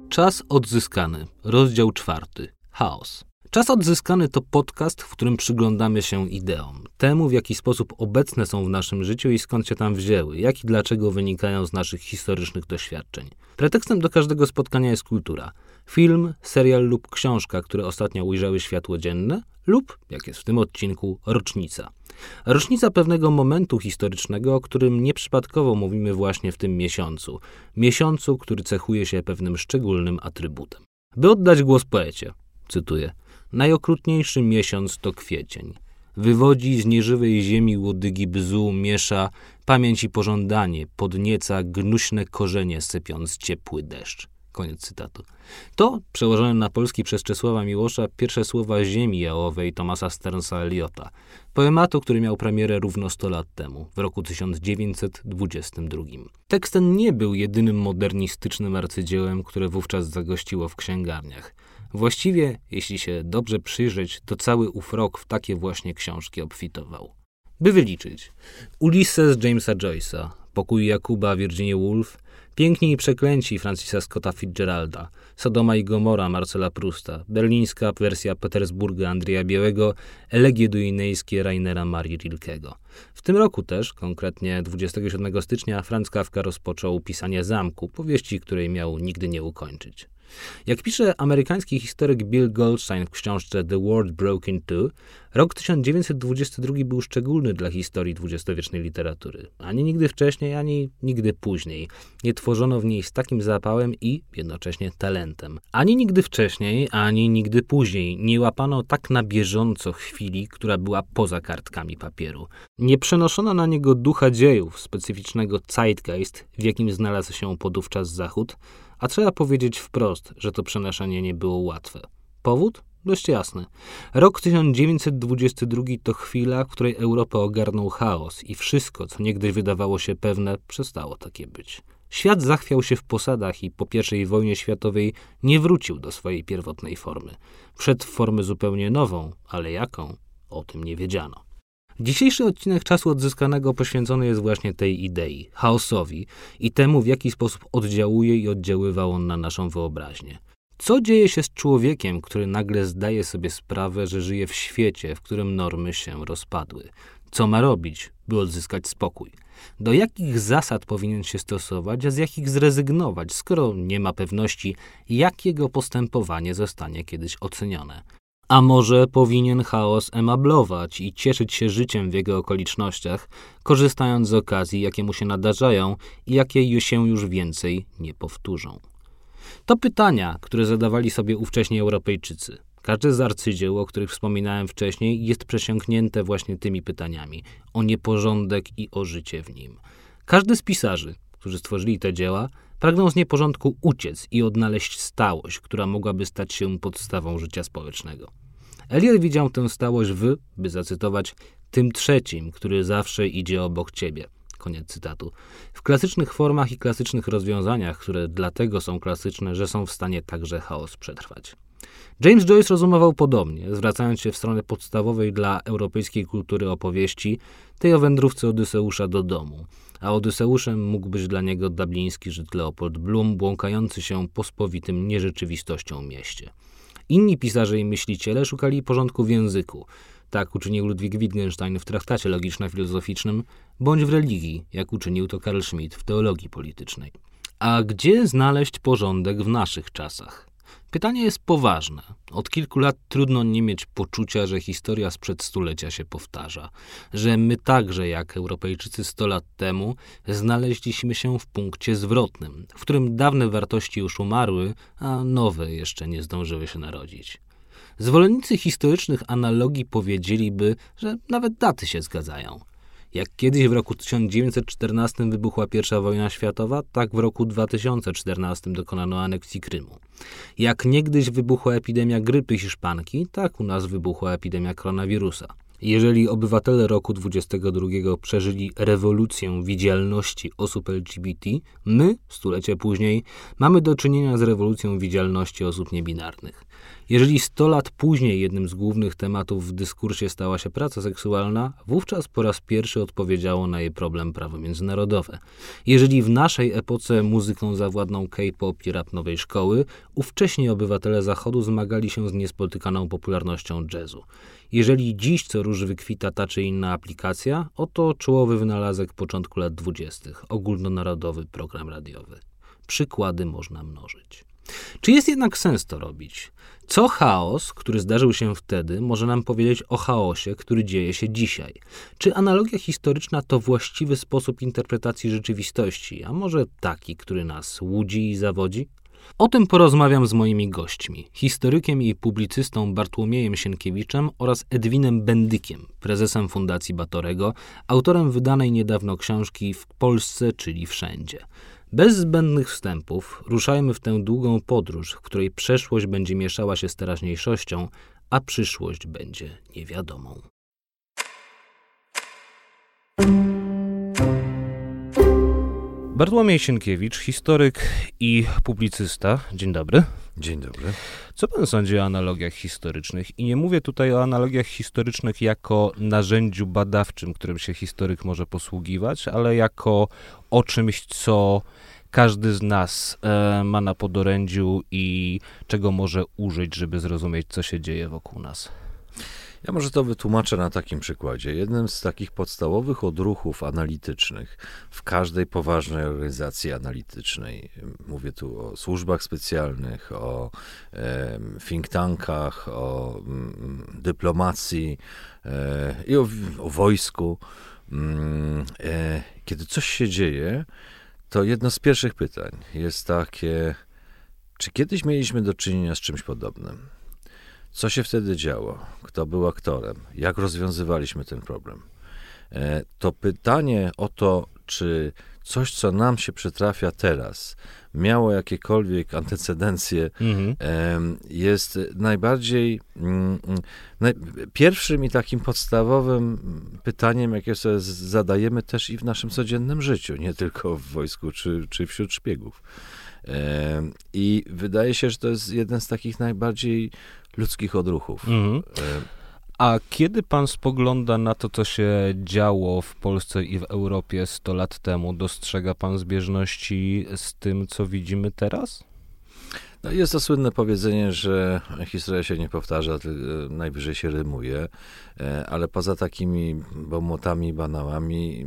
Czas odzyskany. Rozdział 4. Chaos. Czas odzyskany to podcast, w którym przyglądamy się ideom. Temu, w jaki sposób obecne są w naszym życiu i skąd się tam wzięły, jak i dlaczego wynikają z naszych historycznych doświadczeń. Pretekstem do każdego spotkania jest kultura. Film, serial lub książka, które ostatnio ujrzały światło dzienne, lub, jak jest w tym odcinku, rocznica. Rocznica pewnego momentu historycznego, o którym nieprzypadkowo mówimy właśnie w tym miesiącu. Miesiącu, który cechuje się pewnym szczególnym atrybutem. By oddać głos poecie, cytuję, najokrutniejszy miesiąc to kwiecień. Wywodzi z nieżywej ziemi łodygi bzu, miesza pamięć i pożądanie, podnieca gnuśne korzenie, sypiąc ciepły deszcz. Koniec cytatu. To, przełożone na polski przez Czesława Miłosza, pierwsze słowa Ziemi jałowej Thomasa Stearnsa Eliota, poematu, który miał premierę równo 100 lat temu, w roku 1922. Tekst ten nie był jedynym modernistycznym arcydziełem, które wówczas zagościło w księgarniach. Właściwie, jeśli się dobrze przyjrzeć, to cały ów rok w takie właśnie książki obfitował. By wyliczyć: Ulysses Jamesa Joyce'a, Pokój Jakuba Virginia Woolf, Piękni i przeklęci Francisa Scotta Fitzgeralda, Sodoma i Gomora Marcela Prousta, berlińska wersja Petersburga Andrzeja Białego, Elegie duinejskie Rainera Marii Rilkego. W tym roku też, konkretnie 27 stycznia, Franz Kafka rozpoczął pisanie Zamku, powieści, której miał nigdy nie ukończyć. Jak pisze amerykański historyk Bill Goldstein w książce The World Broke in Two, rok 1922 był szczególny dla historii dwudziestowiecznej literatury. Ani nigdy wcześniej, ani nigdy później. Nie tworzono w niej z takim zapałem i jednocześnie talentem. Ani nigdy wcześniej, ani nigdy później nie łapano tak na bieżąco chwili, która była poza kartkami papieru. Nie przenoszono na niego ducha dziejów, specyficznego zeitgeist, w jakim znalazł się podówczas Zachód, a trzeba powiedzieć wprost, że to przenoszenie nie było łatwe. Powód? Dość jasny. Rok 1922 to chwila, w której Europę ogarnął chaos i wszystko, co niegdyś wydawało się pewne, przestało takie być. Świat zachwiał się w posadach i po I wojnie światowej nie wrócił do swojej pierwotnej formy. Wszedł w formę zupełnie nową, ale jaką? O tym nie wiedziano. Dzisiejszy odcinek Czasu Odzyskanego poświęcony jest właśnie tej idei, chaosowi i temu, w jaki sposób oddziałuje i oddziaływał on na naszą wyobraźnię. Co dzieje się z człowiekiem, który nagle zdaje sobie sprawę, że żyje w świecie, w którym normy się rozpadły? Co ma robić, by odzyskać spokój? Do jakich zasad powinien się stosować, a z jakich zrezygnować, skoro nie ma pewności, jak jego postępowanie zostanie kiedyś ocenione? A może powinien chaos emablować i cieszyć się życiem w jego okolicznościach, korzystając z okazji, jakie mu się nadarzają i jakie się już więcej nie powtórzą? To pytania, które zadawali sobie ówcześni Europejczycy. Każde z arcydzieł, o których wspominałem wcześniej, jest przesiąknięte właśnie tymi pytaniami o nieporządek i o życie w nim. Każdy z pisarzy, którzy stworzyli te dzieła, pragnął z nieporządku uciec i odnaleźć stałość, która mogłaby stać się podstawą życia społecznego. Eliot widział tę stałość by zacytować, tym trzecim, który zawsze idzie obok ciebie. Koniec cytatu. W klasycznych formach i klasycznych rozwiązaniach, które dlatego są klasyczne, że są w stanie także chaos przetrwać. James Joyce rozumował podobnie, zwracając się w stronę podstawowej dla europejskiej kultury opowieści, tej o wędrówce Odyseusza do domu, a Odyseuszem mógł być dla niego dubliński Żyd Leopold Bloom, błąkający się pospolitym nierzeczywistością mieście. Inni pisarze i myśliciele szukali porządku w języku. Tak uczynił Ludwig Wittgenstein w traktacie logiczno-filozoficznym, bądź w religii, jak uczynił to Carl Schmitt w teologii politycznej. A gdzie znaleźć porządek w naszych czasach? Pytanie jest poważne. Od kilku lat trudno nie mieć poczucia, że historia sprzed stulecia się powtarza. Że my także, jak Europejczycy 100 lat temu, znaleźliśmy się w punkcie zwrotnym, w którym dawne wartości już umarły, a nowe jeszcze nie zdążyły się narodzić. Zwolennicy historycznych analogii powiedzieliby, że nawet daty się zgadzają. Jak kiedyś w roku 1914 wybuchła I wojna światowa, tak w roku 2014 dokonano aneksji Krymu. Jak niegdyś wybuchła epidemia grypy hiszpanki, tak u nas wybuchła epidemia koronawirusa. Jeżeli obywatele roku 22 przeżyli rewolucję widzialności osób LGBT, my, stulecie później, mamy do czynienia z rewolucją widzialności osób niebinarnych. Jeżeli 100 lat później jednym z głównych tematów w dyskursie stała się praca seksualna, wówczas po raz pierwszy odpowiedziało na jej problem prawo międzynarodowe. Jeżeli w naszej epoce muzyką zawładnął K-pop i rap nowej szkoły, ówcześni obywatele Zachodu zmagali się z niespotykaną popularnością jazzu. Jeżeli dziś co róż wykwita ta czy inna aplikacja, oto czołowy wynalazek początku lat 20. ogólnonarodowy program radiowy. Przykłady można mnożyć. Czy jest jednak sens to robić? Co chaos, który zdarzył się wtedy, może nam powiedzieć o chaosie, który dzieje się dzisiaj? Czy analogia historyczna to właściwy sposób interpretacji rzeczywistości, a może taki, który nas łudzi i zawodzi? O tym porozmawiam z moimi gośćmi, historykiem i publicystą Bartłomiejem Sienkiewiczem oraz Edwinem Bendykiem, prezesem Fundacji Batorego, autorem wydanej niedawno książki W Polsce, czyli wszędzie. Bez zbędnych wstępów ruszajmy w tę długą podróż, w której przeszłość będzie mieszała się z teraźniejszością, a przyszłość będzie niewiadomą. Bartłomiej Sienkiewicz, historyk i publicysta. Dzień dobry. Dzień dobry. Co pan sądzi o analogiach historycznych? I nie mówię tutaj o analogiach historycznych jako narzędziu badawczym, którym się historyk może posługiwać, ale jako o czymś, co każdy z nas ma na podorędziu i czego może użyć, żeby zrozumieć, co się dzieje wokół nas. Ja może to wytłumaczę na takim przykładzie. Jednym z takich podstawowych odruchów analitycznych w każdej poważnej organizacji analitycznej, mówię tu o służbach specjalnych, o think tankach, o dyplomacji i o wojsku, kiedy coś się dzieje, to jedno z pierwszych pytań jest takie, czy kiedyś mieliśmy do czynienia z czymś podobnym? Co się wtedy działo? Kto był aktorem? Jak rozwiązywaliśmy ten problem? To pytanie o to, czy coś, co nam się przytrafia teraz, miało jakiekolwiek antecedencje, jest najbardziej pierwszym i takim podstawowym pytaniem, jakie sobie zadajemy też i w naszym codziennym życiu, nie tylko w wojsku czy wśród szpiegów. I wydaje się, że to jest jeden z takich najbardziej ludzkich odruchów. A kiedy pan spogląda na to, co się działo w Polsce i w Europie 100 lat temu, dostrzega pan zbieżności z tym, co widzimy teraz? No jest to słynne powiedzenie, że historia się nie powtarza, najwyżej się rymuje, ale poza takimi bomłotami, banałami,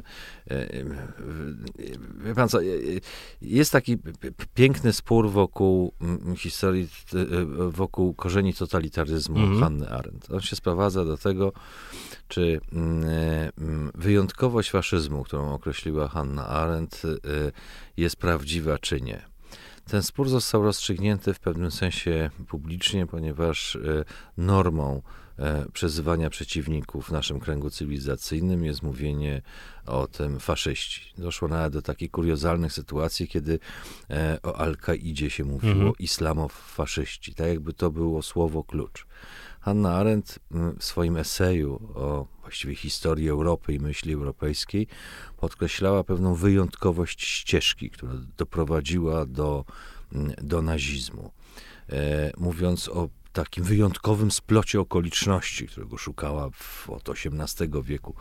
wie pan co, jest taki piękny spór wokół historii, wokół korzeni totalitaryzmu Hanny Arendt. On się sprowadza do tego, czy wyjątkowość faszyzmu, którą określiła Hanna Arendt, jest prawdziwa, czy nie. Ten spór został rozstrzygnięty w pewnym sensie publicznie, ponieważ normą przezywania przeciwników w naszym kręgu cywilizacyjnym jest mówienie o tym faszyści. Doszło nawet do takich kuriozalnych sytuacji, kiedy o Al-Kaidzie się mówiło islamofaszyści, tak jakby to było słowo klucz. Hanna Arendt w swoim eseju o właściwie historii Europy i myśli europejskiej podkreślała pewną wyjątkowość ścieżki, która doprowadziła do nazizmu. Mówiąc o takim wyjątkowym splocie okoliczności, którego szukała od XVIII wieku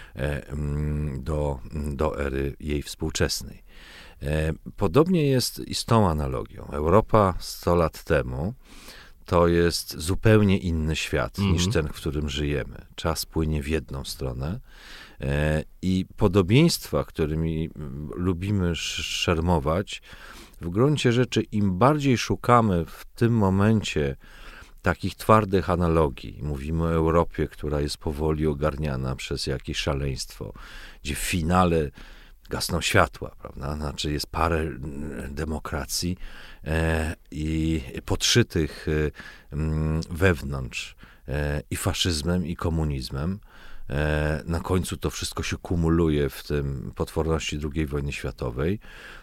do ery jej współczesnej. Podobnie jest i z tą analogią. Europa 100 lat temu to jest zupełnie inny świat niż ten, w którym żyjemy. Czas płynie w jedną stronę i podobieństwa, którymi lubimy szermować, w gruncie rzeczy im bardziej szukamy w tym momencie takich twardych analogii, mówimy o Europie, która jest powoli ogarniana przez jakieś szaleństwo, gdzie w finale gasną światła, prawda? Znaczy jest parę demokracji i podszytych wewnątrz i faszyzmem, i komunizmem. Na końcu to wszystko się kumuluje w tym potworności II wojny światowej,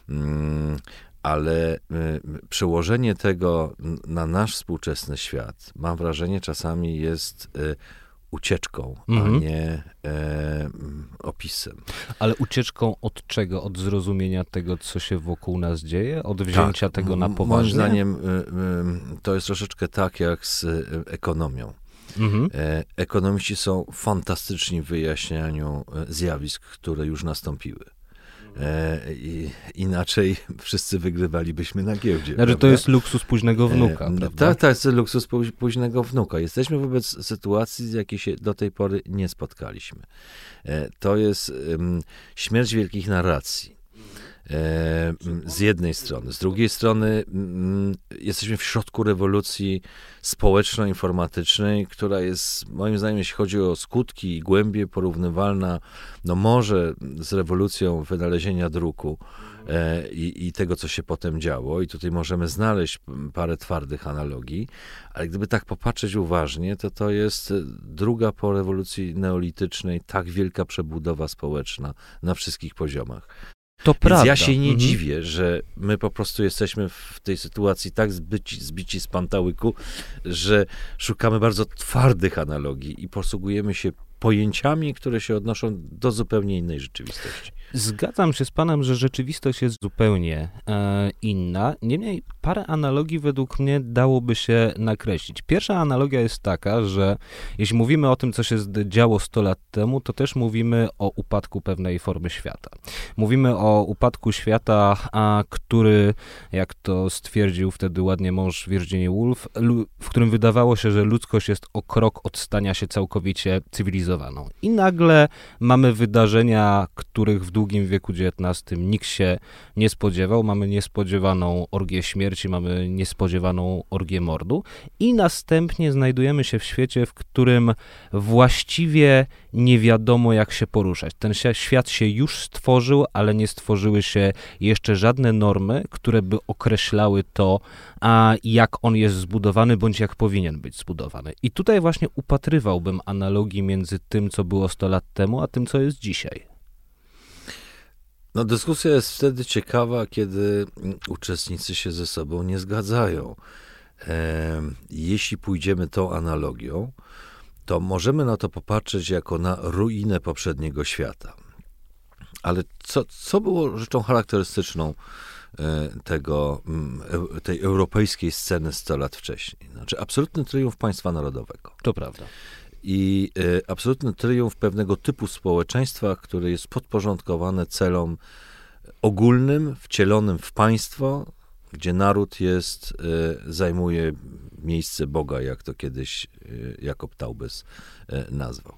ale przełożenie tego na nasz współczesny świat, mam wrażenie, czasami jest ucieczką, a nie opisem. Ale ucieczką od czego? Od zrozumienia tego, co się wokół nas dzieje? Od wzięcia tego na poważnie? Moim zdaniem to jest troszeczkę tak jak z ekonomią. Ekonomiści są fantastyczni w wyjaśnianiu zjawisk, które już nastąpiły. Inaczej wszyscy wygrywalibyśmy na giełdzie. Znaczy, to jest luksus późnego wnuka, prawda? Tak, to jest luksus późnego wnuka. Jesteśmy wobec sytuacji, z jakiej się do tej pory nie spotkaliśmy. To jest śmierć wielkich narracji. Z jednej strony. Z drugiej strony jesteśmy w środku rewolucji społeczno-informatycznej, która jest, moim zdaniem, jeśli chodzi o skutki i głębie, porównywalna, no może z rewolucją wynalezienia druku i tego, co się potem działo. I tutaj możemy znaleźć parę twardych analogii, ale gdyby tak popatrzeć uważnie, to jest druga po rewolucji neolitycznej tak wielka przebudowa społeczna na wszystkich poziomach. To prawda. Więc ja się nie dziwię, że my po prostu jesteśmy w tej sytuacji tak zbici z pantałyku, że szukamy bardzo twardych analogii i posługujemy się pojęciami, które się odnoszą do zupełnie innej rzeczywistości. Zgadzam się z panem, że rzeczywistość jest zupełnie inna. Niemniej parę analogii według mnie dałoby się nakreślić. Pierwsza analogia jest taka, że jeśli mówimy o tym, co się działo 100 lat temu, to też mówimy o upadku pewnej formy świata. Mówimy o upadku świata, który, jak to stwierdził wtedy ładnie mąż Virginia Woolf, w którym wydawało się, że ludzkość jest o krok od stania się całkowicie cywilizowaną. I nagle mamy wydarzenia, których w długim wieku XIX nikt się nie spodziewał. Mamy niespodziewaną orgię śmierci, mamy niespodziewaną orgię mordu i następnie znajdujemy się w świecie, w którym właściwie nie wiadomo, jak się poruszać. Ten świat się już stworzył, ale nie stworzyły się jeszcze żadne normy, które by określały to, jak on jest zbudowany, bądź jak powinien być zbudowany. I tutaj właśnie upatrywałbym analogii między tym, co było 100 lat temu, a tym, co jest dzisiaj. No, dyskusja jest wtedy ciekawa, kiedy uczestnicy się ze sobą nie zgadzają. Jeśli pójdziemy tą analogią, to możemy na to popatrzeć jako na ruinę poprzedniego świata. Ale co było rzeczą charakterystyczną tej europejskiej sceny 100 lat wcześniej? Znaczy absolutny triumf państwa narodowego. To prawda. I absolutny triumf pewnego typu społeczeństwa, które jest podporządkowane celom ogólnym, wcielonym w państwo, gdzie naród zajmuje miejsce Boga, jak to kiedyś Jakob Taubes nazwał.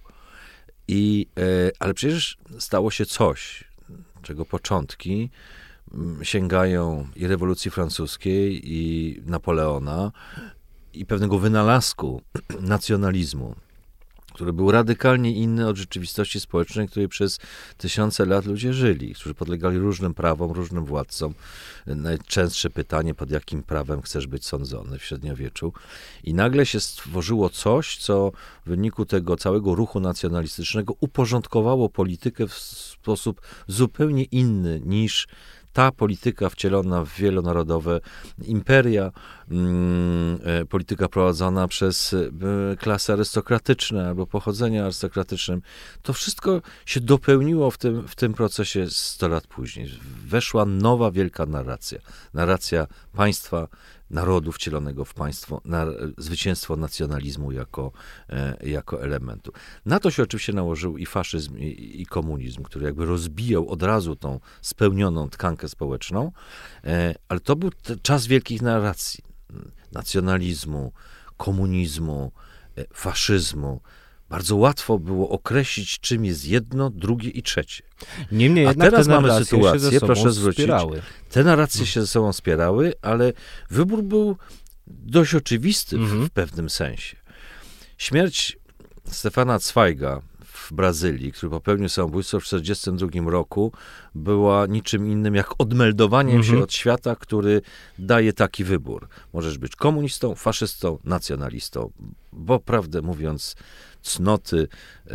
Ale przecież stało się coś, czego początki sięgają i rewolucji francuskiej, i Napoleona, i pewnego wynalazku nacjonalizmu, który był radykalnie inny od rzeczywistości społecznej, w której przez tysiące lat ludzie żyli, którzy podlegali różnym prawom, różnym władcom. Najczęstsze pytanie, pod jakim prawem chcesz być sądzony w średniowieczu. I nagle się stworzyło coś, co w wyniku tego całego ruchu nacjonalistycznego uporządkowało politykę w sposób zupełnie inny niż ta polityka wcielona w wielonarodowe imperia, polityka prowadzona przez klasy arystokratyczne albo pochodzenie arystokratycznym, to wszystko się dopełniło w tym procesie 100 lat później. Weszła nowa wielka narracja. Narracja państwa, narodu wcielonego w państwo, zwycięstwo nacjonalizmu jako elementu. Na to się oczywiście nałożył i faszyzm, i komunizm, który jakby rozbijał od razu tą spełnioną tkankę społeczną, ale to był czas wielkich narracji. Nacjonalizmu, komunizmu, faszyzmu. Bardzo łatwo było określić, czym jest jedno, drugie i trzecie. Niemniej jednak teraz te mamy sytuację, proszę zwrócić. Wspierały. Te narracje się ze sobą wspierały, ale wybór był dość oczywisty w pewnym sensie. Śmierć Stefana Zweiga w Brazylii, który popełnił samobójstwo w 1942 roku, była niczym innym jak odmeldowaniem się od świata, który daje taki wybór. Możesz być komunistą, faszystą, nacjonalistą, bo prawdę mówiąc, cnoty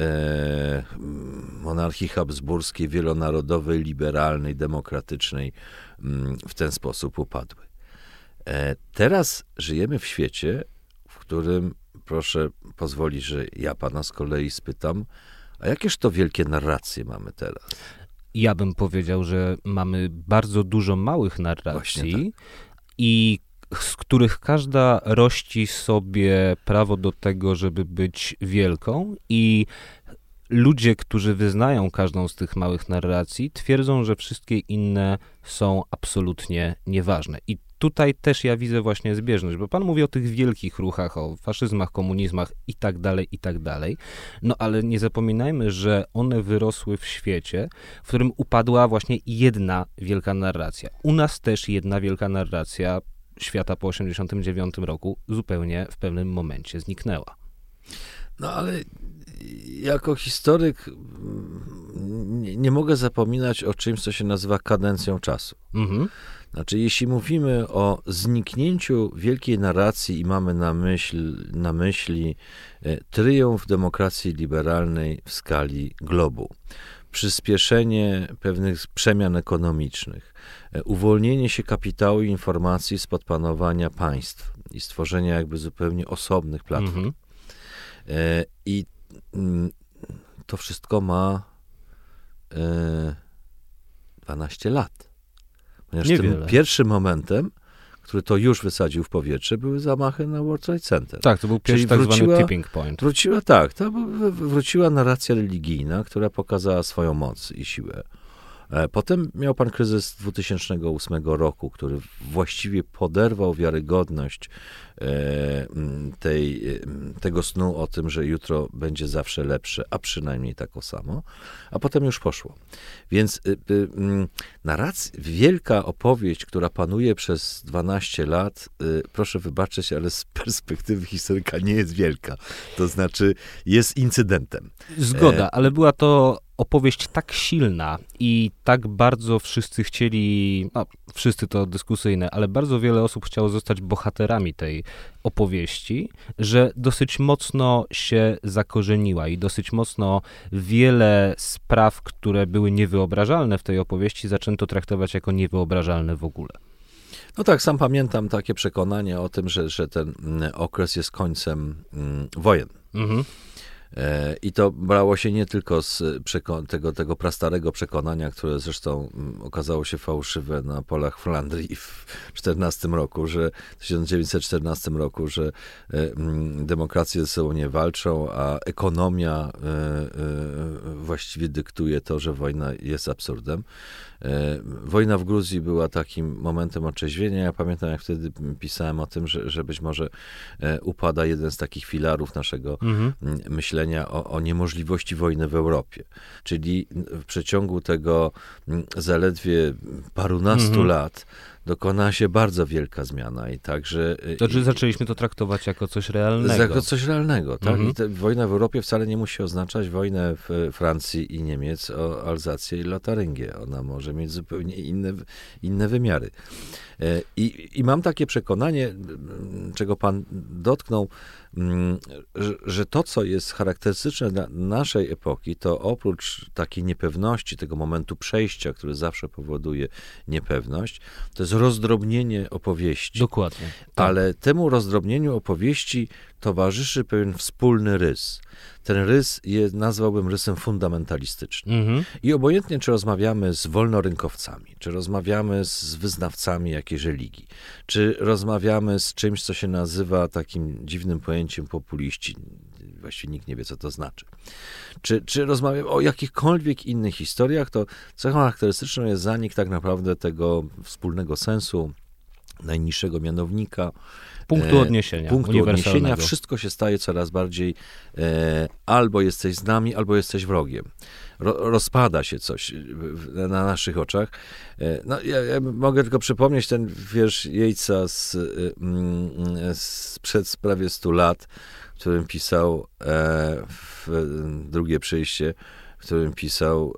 monarchii habsburskiej, wielonarodowej, liberalnej, demokratycznej w ten sposób upadły. Teraz żyjemy w świecie, w którym proszę pozwolić, że ja pana z kolei spytam, a jakież to wielkie narracje mamy teraz? Ja bym powiedział, że mamy bardzo dużo małych narracji i z których każda rości sobie prawo do tego, żeby być wielką, i ludzie, którzy wyznają każdą z tych małych narracji, twierdzą, że wszystkie inne są absolutnie nieważne. I tutaj też ja widzę właśnie zbieżność, bo pan mówi o tych wielkich ruchach, o faszyzmach, komunizmach i tak dalej, no ale nie zapominajmy, że one wyrosły w świecie, w którym upadła właśnie jedna wielka narracja. U nas też jedna wielka narracja świata po 1989 roku zupełnie w pewnym momencie zniknęła. No ale jako historyk nie mogę zapominać o czymś, co się nazywa kadencją czasu. Mhm. Znaczy, jeśli mówimy o zniknięciu wielkiej narracji i mamy na myśli triumf demokracji liberalnej w skali globu, przyspieszenie pewnych przemian ekonomicznych, uwolnienie się kapitału i informacji spod panowania państw i stworzenie jakby zupełnie osobnych platform. I to wszystko ma 12 lat. Ponieważ tym pierwszym momentem, który to już wysadził w powietrze, były zamachy na World Trade Center. Tak, to był pierwszy tak zwany tipping point. Wróciła narracja religijna, która pokazała swoją moc i siłę. Potem miał pan kryzys 2008 roku, który właściwie poderwał wiarygodność tego snu o tym, że jutro będzie zawsze lepsze, a przynajmniej tako samo, a potem już poszło. Więc wielka opowieść, która panuje przez 12 lat, proszę wybaczyć, ale z perspektywy historyka nie jest wielka. To znaczy jest incydentem. Zgoda, ale była to opowieść tak silna i tak bardzo wszyscy chcieli, no wszyscy to dyskusyjne, ale bardzo wiele osób chciało zostać bohaterami tej opowieści, że dosyć mocno się zakorzeniła i dosyć mocno wiele spraw, które były niewyobrażalne w tej opowieści, zaczęto traktować jako niewyobrażalne w ogóle. No tak, sam pamiętam takie przekonanie o tym, że ten okres jest końcem wojen. Mhm. I to brało się nie tylko z tego prastarego przekonania, które zresztą okazało się fałszywe na polach Flandrii w 1914 roku, że demokracje ze sobą nie walczą, a ekonomia właściwie dyktuje to, że wojna jest absurdem. Wojna w Gruzji była takim momentem otrzeźwienia. Ja pamiętam, jak wtedy pisałem o tym, że być może upada jeden z takich filarów naszego myślenia o niemożliwości wojny w Europie. Czyli w przeciągu tego zaledwie parunastu lat dokona się bardzo wielka zmiana i także... Znaczy zaczęliśmy to traktować jako coś realnego. Jako coś realnego, tak? I wojna w Europie wcale nie musi oznaczać wojnę w Francji i Niemiec o Alzację i Lotaryngię. Ona może mieć zupełnie inne wymiary. I mam takie przekonanie, czego pan dotknął, że to, co jest charakterystyczne dla naszej epoki, to oprócz takiej niepewności, tego momentu przejścia, który zawsze powoduje niepewność, to jest rozdrobnienie opowieści. Dokładnie. Tak. Ale temu rozdrobnieniu opowieści towarzyszy pewien wspólny rys. Ten rys nazwałbym rysem fundamentalistycznym. I obojętnie, czy rozmawiamy z wolnorynkowcami, czy rozmawiamy z wyznawcami jakiejś religii, czy rozmawiamy z czymś, co się nazywa takim dziwnym pojęciem populiści, właściwie nikt nie wie, co to znaczy, czy rozmawiamy o jakichkolwiek innych historiach, to cechą charakterystyczną jest zanik tak naprawdę tego wspólnego sensu, najniższego mianownika, punktu odniesienia. Wszystko się staje coraz bardziej albo jesteś z nami, albo jesteś wrogiem. Rozpada się coś na naszych oczach. No, ja mogę tylko przypomnieć ten wiersz Yeatsa sprzed prawie 100 lat, w którym pisał drugie przyjście, w którym pisał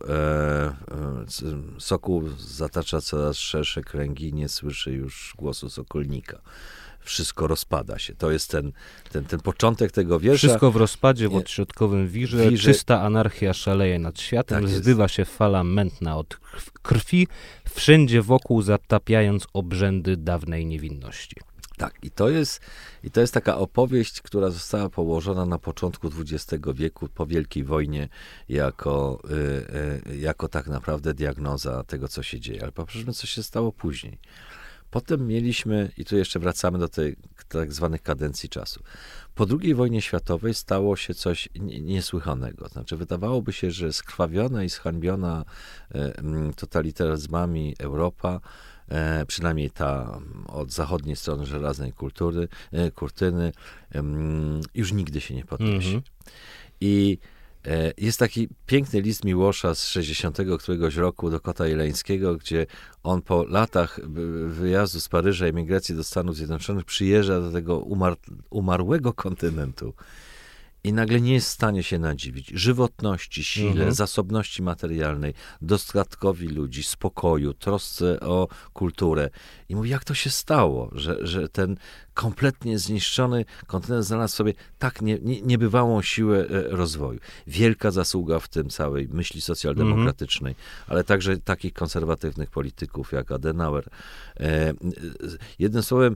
sokół zatacza coraz szersze kręgi, nie słyszy już głosu sokolnika. Wszystko rozpada się. To jest ten początek tego wiersza. Wszystko w rozpadzie, w odśrodkowym wirze, czysta anarchia szaleje nad światem, tak zdywa się fala mętna od krwi, wszędzie wokół zatapiając obrzędy dawnej niewinności. Tak, i to jest taka opowieść, która została położona na początku XX wieku po Wielkiej Wojnie jako tak naprawdę diagnoza tego, co się dzieje. Ale popatrzmy, co się stało później. Potem mieliśmy, i tu jeszcze wracamy do tej tak zwanych kadencji czasu. Po II wojnie światowej stało się coś niesłychanego. Znaczy, wydawałoby się, że skrwawiona i zhańbiona totalitaryzmami Europa, przynajmniej ta od zachodniej strony żelaznej kurtyny, już nigdy się nie podniesie. I jest taki piękny list Miłosza z 60 któregoś roku do Kota Jeleńskiego, gdzie on po latach wyjazdu z Paryża, emigracji do Stanów Zjednoczonych przyjeżdża do tego umarłego kontynentu i nagle nie jest w stanie się nadziwić żywotności, sile, zasobności materialnej, dostatkowi ludzi, spokoju, trosce o kulturę. I mówi, jak to się stało, że ten kompletnie zniszczony kontynent znalazł sobie tak niebywałą siłę rozwoju. Wielka zasługa w tym całej myśli socjaldemokratycznej, ale także takich konserwatywnych polityków jak Adenauer. Jednym słowem,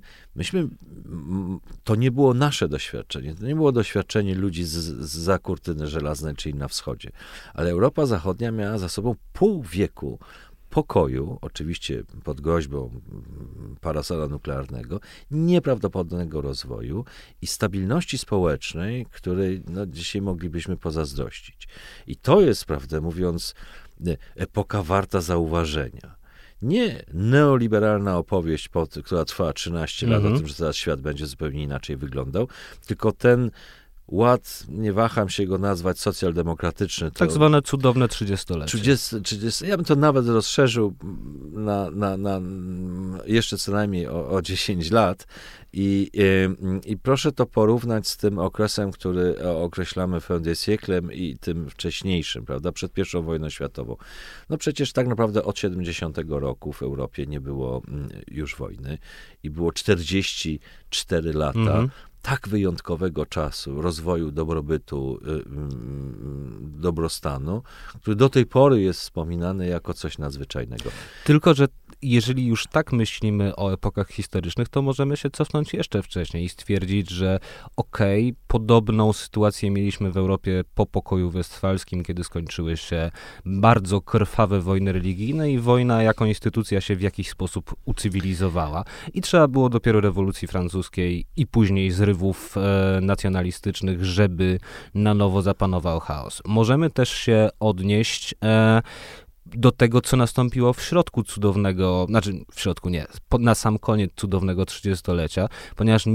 to nie było nasze doświadczenie, to nie było doświadczenie ludzi zza kurtyny żelaznej, czyli na wschodzie, ale Europa Zachodnia miała za sobą pół wieku pokoju, oczywiście pod groźbą parasola nuklearnego, nieprawdopodobnego rozwoju i stabilności społecznej, której dzisiaj moglibyśmy pozazdrościć. I to jest, prawdę mówiąc, epoka warta zauważenia. Nie neoliberalna opowieść, która trwała 13 lat, o tym, że teraz świat będzie zupełnie inaczej wyglądał, tylko ten ład, nie waham się go nazwać, socjaldemokratyczny. Tak zwane cudowne 30-lecie. 30, ja bym to nawet rozszerzył na jeszcze co najmniej o 10 lat i proszę to porównać z tym okresem, który określamy fin de siècle i tym wcześniejszym, prawda, przed I wojną światową. No przecież tak naprawdę od 70 roku w Europie nie było już wojny i było 44 lata tak wyjątkowego czasu, rozwoju, dobrobytu, dobrostanu, który do tej pory jest wspominany jako coś nadzwyczajnego. Tylko że jeżeli już tak myślimy o epokach historycznych, to możemy się cofnąć jeszcze wcześniej i stwierdzić, że podobną sytuację mieliśmy w Europie po pokoju westfalskim, kiedy skończyły się bardzo krwawe wojny religijne i wojna jako instytucja się w jakiś sposób ucywilizowała. I trzeba było dopiero rewolucji francuskiej i później zrywów nacjonalistycznych, żeby na nowo zapanował chaos. Możemy też się odnieść do tego, co nastąpiło w środku cudownego, w środku nie, na sam koniec cudownego 30-lecia, ponieważ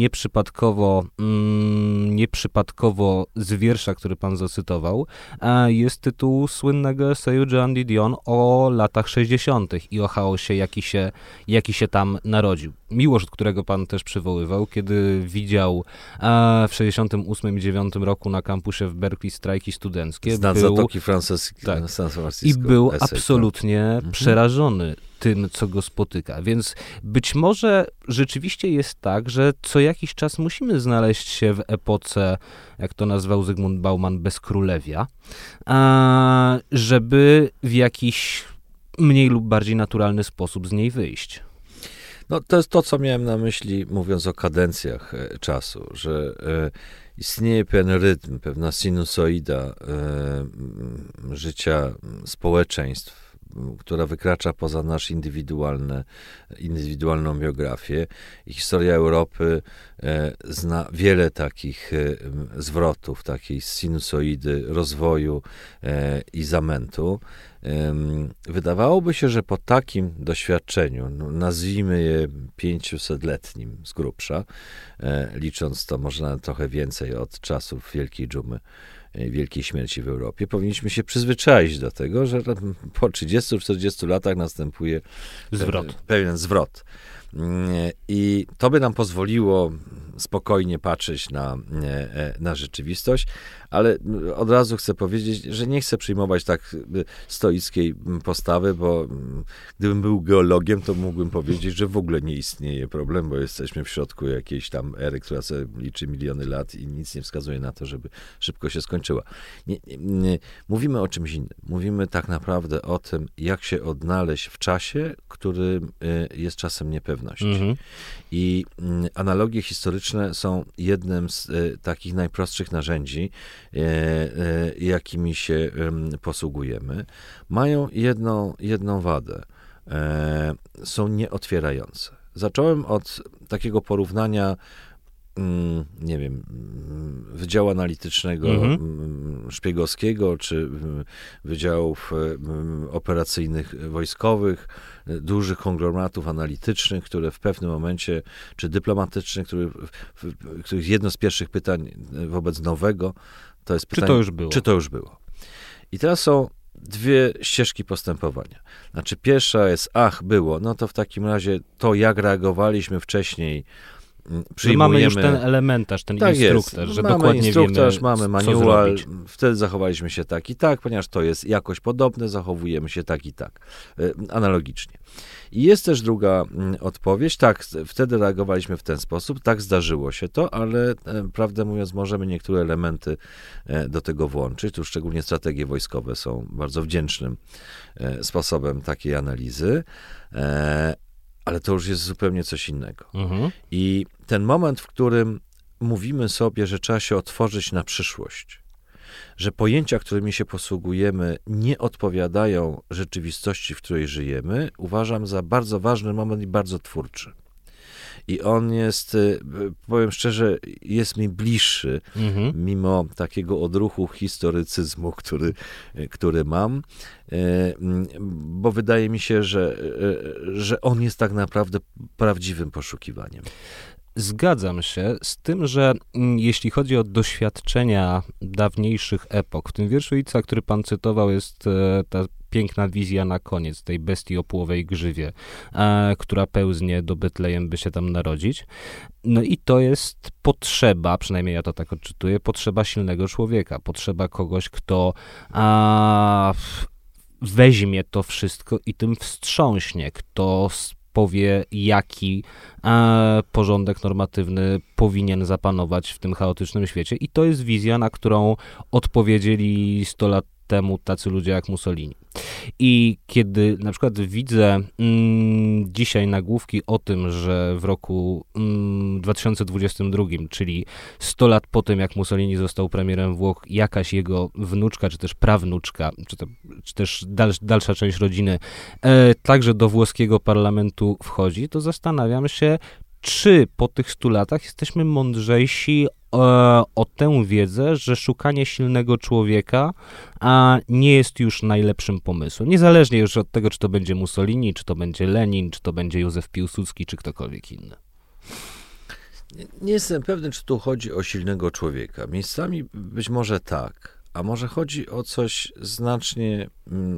nieprzypadkowo z wiersza, który pan zacytował, jest tytuł słynnego eseju Jean Didion o latach 60. i o chaosie, jaki się tam narodził. Miłosz, którego pan też przywoływał, kiedy widział w 68 i 9 roku na kampusie w Berkeley strajki studenckie. Zatoki i był absolutnie przerażony tym, co go spotyka. Więc być może rzeczywiście jest tak, że co jakiś czas musimy znaleźć się w epoce, jak to nazwał Zygmunt Bauman, bezkrólewia, żeby w jakiś mniej lub bardziej naturalny sposób z niej wyjść. No, to jest to, co miałem na myśli, mówiąc o kadencjach czasu, że istnieje pewien rytm, pewna sinusoida życia społeczeństw, która wykracza poza nasz indywidualną biografię. I historia Europy zna wiele takich zwrotów, takiej sinusoidy rozwoju i zamętu. Wydawałoby się, że po takim doświadczeniu, nazwijmy je 500-letnim z grubsza, licząc to można trochę więcej od czasów Wielkiej Dżumy, wielkiej śmierci w Europie, powinniśmy się przyzwyczaić do tego, że po 30-40 latach następuje pewien zwrot. I to by nam pozwoliło spokojnie patrzeć na rzeczywistość, ale od razu chcę powiedzieć, że nie chcę przyjmować tak stoickiej postawy, bo gdybym był geologiem, to mógłbym powiedzieć, że w ogóle nie istnieje problem, bo jesteśmy w środku jakiejś tam ery, która sobie liczy miliony lat i nic nie wskazuje na to, żeby szybko się skończyła. Mówimy o czymś innym. Mówimy tak naprawdę o tym, jak się odnaleźć w czasie, który jest czasem niepewności. I analogie historyczne są jednym z takich najprostszych narzędzi, jakimi się posługujemy. Mają jedną wadę. Są nieotwierające. Zacząłem od takiego porównania, nie wiem, wydziału analitycznego szpiegowskiego, czy wydziałów operacyjnych wojskowych, dużych konglomeratów analitycznych, które w pewnym momencie, czy dyplomatycznych, których jedno z pierwszych pytań wobec nowego to jest pytanie, czy to już było. I teraz są dwie ścieżki postępowania. Znaczy pierwsza jest, było, no to w takim razie to, jak reagowaliśmy wcześniej, przyjmujemy... Mamy już ten elementarz, ten instruktaż, że dokładnie wiemy, mamy manual, wtedy zachowaliśmy się tak i tak, ponieważ to jest jakoś podobne, zachowujemy się tak i tak, analogicznie. I jest też druga odpowiedź, tak, wtedy reagowaliśmy w ten sposób, tak, zdarzyło się to, ale prawdę mówiąc, możemy niektóre elementy do tego włączyć, tu szczególnie strategie wojskowe są bardzo wdzięcznym sposobem takiej analizy, ale to już jest zupełnie coś innego. I ten moment, w którym mówimy sobie, że trzeba się otworzyć na przyszłość, że pojęcia, którymi się posługujemy, nie odpowiadają rzeczywistości, w której żyjemy, uważam za bardzo ważny moment i bardzo twórczy. I on jest, powiem szczerze, jest mi bliższy, mimo takiego odruchu historycyzmu, który mam, bo wydaje mi się, że on jest tak naprawdę prawdziwym poszukiwaniem. Zgadzam się z tym, że jeśli chodzi o doświadczenia dawniejszych epok, w tym wierszu Yeatsa, który pan cytował, jest ta piękna wizja na koniec tej bestii o płowej grzywie, która pełznie do Betlejem, by się tam narodzić. No i to jest potrzeba, przynajmniej ja to tak odczytuję, potrzeba silnego człowieka, potrzeba kogoś, kto weźmie to wszystko i tym wstrząśnie, kto powie, jaki porządek normatywny powinien zapanować w tym chaotycznym świecie. I to jest wizja, na którą odpowiedzieli 100 lat temu tacy ludzie jak Mussolini. I kiedy na przykład widzę dzisiaj nagłówki o tym, że w roku 2022, czyli 100 lat po tym, jak Mussolini został premierem Włoch, jakaś jego wnuczka, czy też prawnuczka, czy też dalsza część rodziny także do włoskiego parlamentu wchodzi, to zastanawiam się, czy po tych 100 latach jesteśmy mądrzejsi o tę wiedzę, że szukanie silnego człowieka nie jest już najlepszym pomysłem. Niezależnie już od tego, czy to będzie Mussolini, czy to będzie Lenin, czy to będzie Józef Piłsudski, czy ktokolwiek inny. Nie jestem pewny, czy tu chodzi o silnego człowieka. Miejscami być może tak, a może chodzi o coś znacznie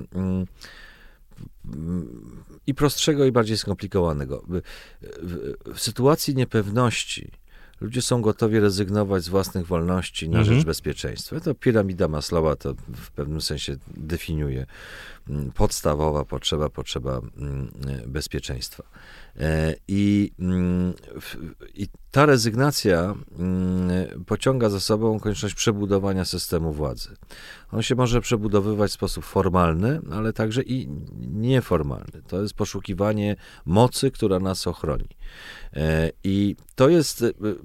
i prostszego, i bardziej skomplikowanego. W sytuacji niepewności ludzie są gotowi rezygnować z własnych wolności na rzecz bezpieczeństwa. To piramida Maslowa to w pewnym sensie definiuje podstawowa potrzeba bezpieczeństwa. I ta rezygnacja pociąga za sobą konieczność przebudowania systemu władzy. On się może przebudowywać w sposób formalny, ale także i nieformalny. To jest poszukiwanie mocy, która nas ochroni. I to jest,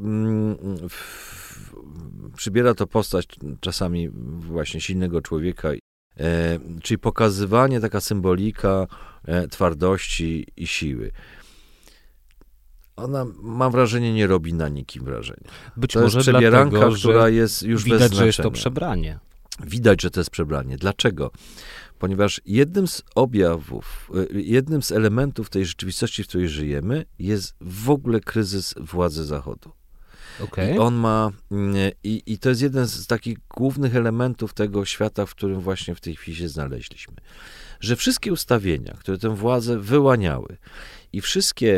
przybiera to postać czasami właśnie silnego człowieka, czyli pokazywanie, taka symbolika twardości i siły. Ona, mam wrażenie, nie robi na nikim wrażenia. Być to może jest przebieranka, dlatego, która jest już widać, bez znaczenia. że jest to przebranie. Widać, że to jest przebranie. Dlaczego? Ponieważ jednym z objawów, jednym z elementów tej rzeczywistości, w której żyjemy, jest w ogóle kryzys władzy Zachodu. Okay. I on ma, i to jest jeden z takich głównych elementów tego świata, w którym właśnie w tej chwili się znaleźliśmy. Że wszystkie ustawienia, które tę władzę wyłaniały i wszystkie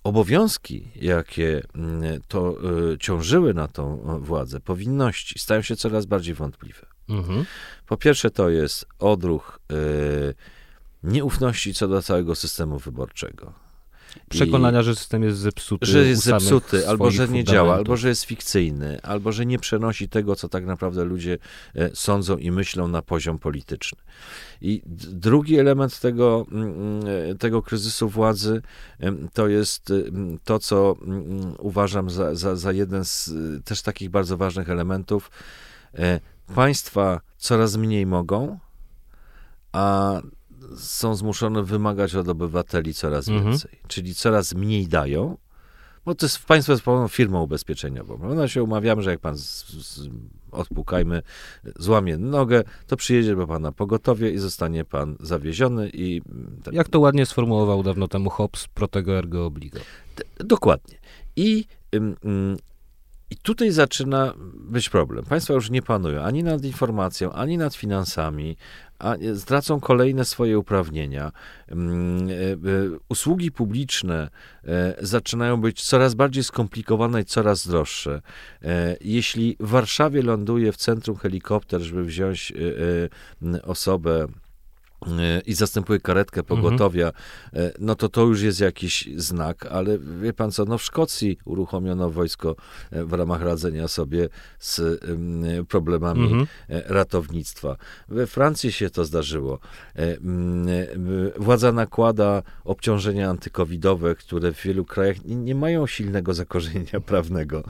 obowiązki, jakie to ciążyły na tą władzę, powinności, stają się coraz bardziej wątpliwe. Po pierwsze, to jest odruch nieufności co do całego systemu wyborczego. Przekonania, że system jest zepsuty. Że jest zepsuty, albo że nie fundamentów. działa, albo że jest fikcyjny, albo że nie przenosi tego, co tak naprawdę ludzie sądzą i myślą na poziom polityczny. I drugi element tego kryzysu władzy to jest to, co uważam za jeden z też takich bardzo ważnych elementów. Państwa coraz mniej mogą, a są zmuszone wymagać od obywateli coraz więcej. Czyli coraz mniej dają, bo to jest państwo jest firmą ubezpieczeniową. Ona się umawiamy, że jak pan odpukajmy, złamie nogę, to przyjedzie do pana pogotowie i zostanie pan zawieziony. Jak to ładnie sformułował dawno temu Hobbes, protego ergo obligo. Dokładnie. I tutaj zaczyna być problem. Państwa już nie panują ani nad informacją, ani nad finansami, a stracą kolejne swoje uprawnienia. Usługi publiczne zaczynają być coraz bardziej skomplikowane i coraz droższe. Jeśli w Warszawie ląduje w centrum helikopter, żeby wziąć osobę i zastępuje karetkę pogotowia, no to już jest jakiś znak, ale wie pan co, no w Szkocji uruchomiono wojsko w ramach radzenia sobie z problemami ratownictwa. We Francji się to zdarzyło. Władza nakłada obciążenia antykowidowe, które w wielu krajach nie mają silnego zakorzenienia prawnego.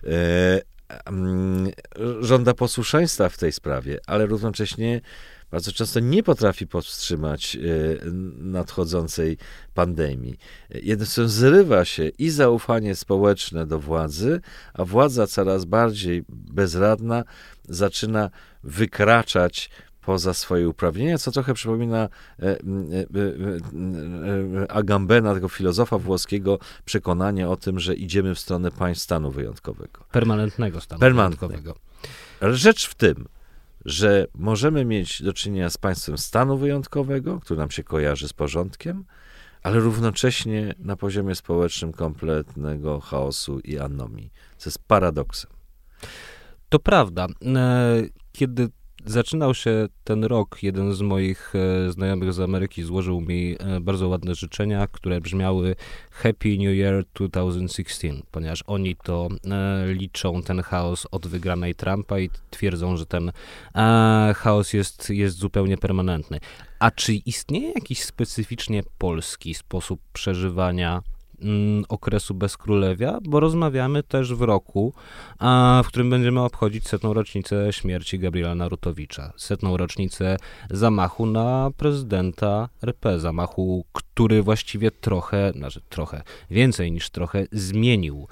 Żąda posłuszeństwa w tej sprawie, ale równocześnie bardzo często nie potrafi powstrzymać nadchodzącej pandemii. Jednym słowem zrywa się i zaufanie społeczne do władzy, a władza coraz bardziej bezradna zaczyna wykraczać poza swoje uprawnienia, co trochę przypomina Agambena, tego filozofa włoskiego, przekonanie o tym, że idziemy w stronę państw stanu wyjątkowego. Permanentnego stanu wyjątkowego. Rzecz w tym, że możemy mieć do czynienia z państwem stanu wyjątkowego, który nam się kojarzy z porządkiem, ale równocześnie na poziomie społecznym kompletnego chaosu i anomii. Co jest paradoksem. To prawda. Kiedy zaczynał się ten rok, jeden z moich znajomych z Ameryki złożył mi bardzo ładne życzenia, które brzmiały Happy New Year 2016, ponieważ oni to liczą ten chaos od wygranej Trumpa i twierdzą, że ten chaos jest zupełnie permanentny. A czy istnieje jakiś specyficznie polski sposób przeżywania okresu bezkrólewia, bo rozmawiamy też w roku, w którym będziemy obchodzić 100. rocznicę śmierci Gabriela Narutowicza, 100. rocznicę zamachu na prezydenta RP, zamachu, który właściwie trochę więcej niż trochę zmienił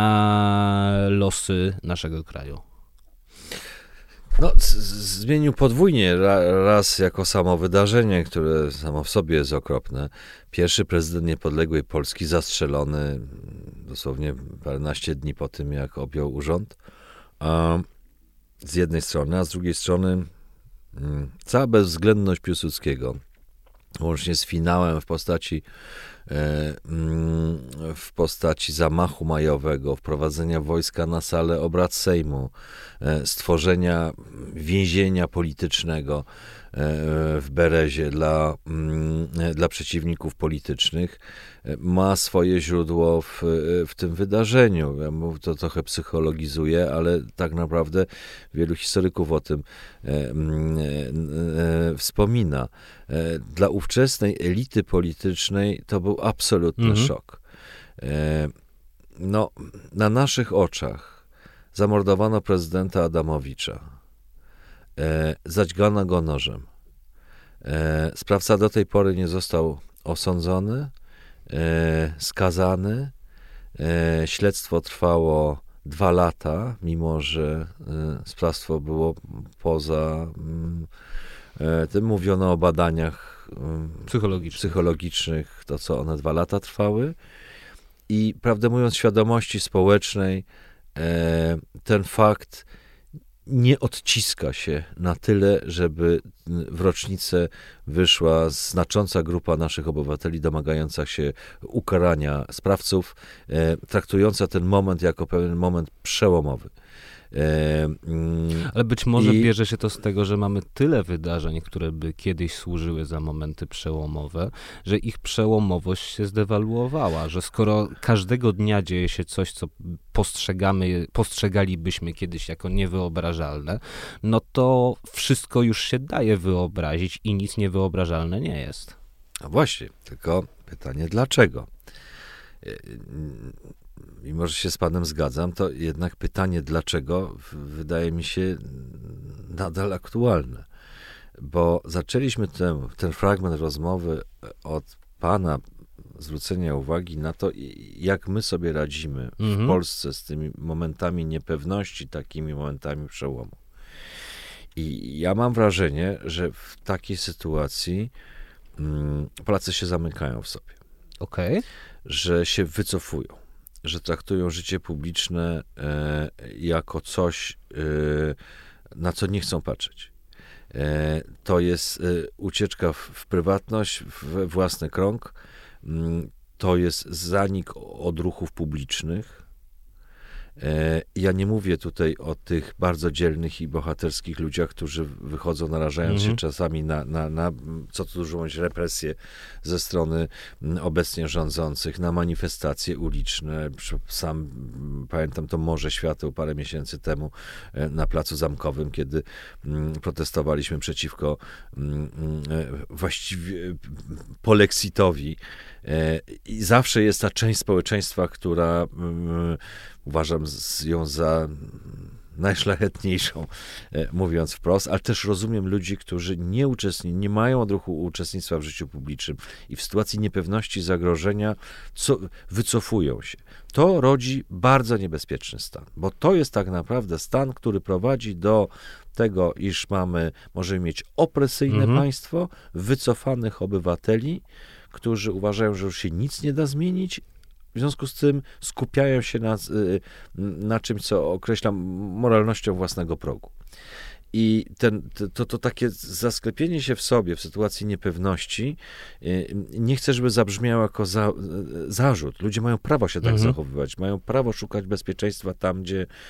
losy naszego kraju. No, zmienił podwójnie, raz jako samo wydarzenie, które samo w sobie jest okropne. Pierwszy prezydent niepodległej Polski zastrzelony dosłownie paręnaście dni po tym, jak objął urząd. Z jednej strony, a z drugiej strony cała bezwzględność Piłsudskiego, łącznie z finałem w postaci zamachu majowego, wprowadzenia wojska na salę obrad Sejmu, stworzenia więzienia politycznego w Berezie dla przeciwników politycznych, ma swoje źródło w tym wydarzeniu. Ja to trochę psychologizuję, ale tak naprawdę wielu historyków o tym wspomina. Dla ówczesnej elity politycznej to był absolutny szok. No, na naszych oczach zamordowano prezydenta Adamowicza. Zadźgano go nożem. Sprawca do tej pory nie został osądzony, skazany. Śledztwo trwało 2 lata, mimo że sprawstwo było poza tym. Mówiono o badaniach psychologicznych, to co one 2 lata trwały. I prawdę mówiąc, świadomości społecznej ten fakt nie odciska się na tyle, żeby w rocznicę wyszła znacząca grupa naszych obywateli domagająca się ukarania sprawców, traktująca ten moment jako pewien moment przełomowy. Ale być może bierze się to z tego, że mamy tyle wydarzeń, które by kiedyś służyły za momenty przełomowe, że ich przełomowość się zdewaluowała, że skoro każdego dnia dzieje się coś, co postrzegalibyśmy kiedyś jako niewyobrażalne, no to wszystko już się daje wyobrazić i nic niewyobrażalne nie jest. A właśnie, tylko pytanie dlaczego? Mimo że się z panem zgadzam, to jednak pytanie dlaczego wydaje mi się nadal aktualne. Bo zaczęliśmy ten fragment rozmowy od pana zwrócenia uwagi na to, jak my sobie radzimy w Polsce z tymi momentami niepewności, takimi momentami przełomu. I ja mam wrażenie, że w takiej sytuacji Polacy się zamykają w sobie. Okej. Że się wycofują, że traktują życie publiczne jako coś, na co nie chcą patrzeć. To jest ucieczka w prywatność, we własny krąg, to jest zanik odruchów publicznych. Ja nie mówię tutaj o tych bardzo dzielnych i bohaterskich ludziach, którzy wychodzą narażając się czasami na co tu dużo mówić, represje ze strony obecnie rządzących, na manifestacje uliczne. Sam pamiętam to Morze Świateł parę miesięcy temu na Placu Zamkowym, kiedy protestowaliśmy przeciwko właściwie polexitowi. I zawsze jest ta część społeczeństwa, która uważam ją za najszlachetniejszą, mówiąc wprost, ale też rozumiem ludzi, którzy nie mają odruchu uczestnictwa w życiu publicznym i w sytuacji niepewności, zagrożenia, wycofują się. To rodzi bardzo niebezpieczny stan, bo to jest tak naprawdę stan, który prowadzi do tego, iż możemy mieć opresyjne państwo, wycofanych obywateli, którzy uważają, że już się nic nie da zmienić, w związku z tym skupiają się na czymś, co określam moralnością własnego progu. I to takie zasklepienie się w sobie w sytuacji niepewności, nie chcę, żeby zabrzmiało jako zarzut. Ludzie mają prawo się tak zachowywać, mają prawo szukać bezpieczeństwa tam,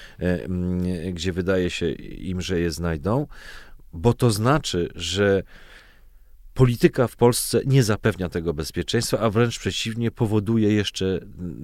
gdzie wydaje się im, że je znajdą, bo to znaczy, że polityka w Polsce nie zapewnia tego bezpieczeństwa, a wręcz przeciwnie, powoduje jeszcze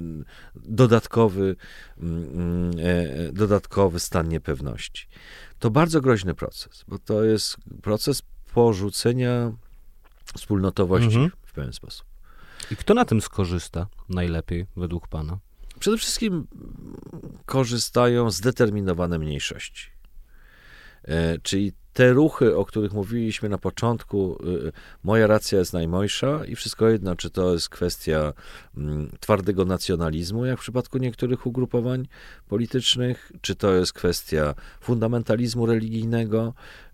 dodatkowy stan niepewności. To bardzo groźny proces, bo to jest proces porzucenia wspólnotowości w pewien sposób. I kto na tym skorzysta najlepiej według pana? Przede wszystkim korzystają zdeterminowane mniejszości. Czyli te ruchy, o których mówiliśmy na początku, moja racja jest najmojsza i wszystko jedno, czy to jest kwestia twardego nacjonalizmu, jak w przypadku niektórych ugrupowań politycznych, czy to jest kwestia fundamentalizmu religijnego,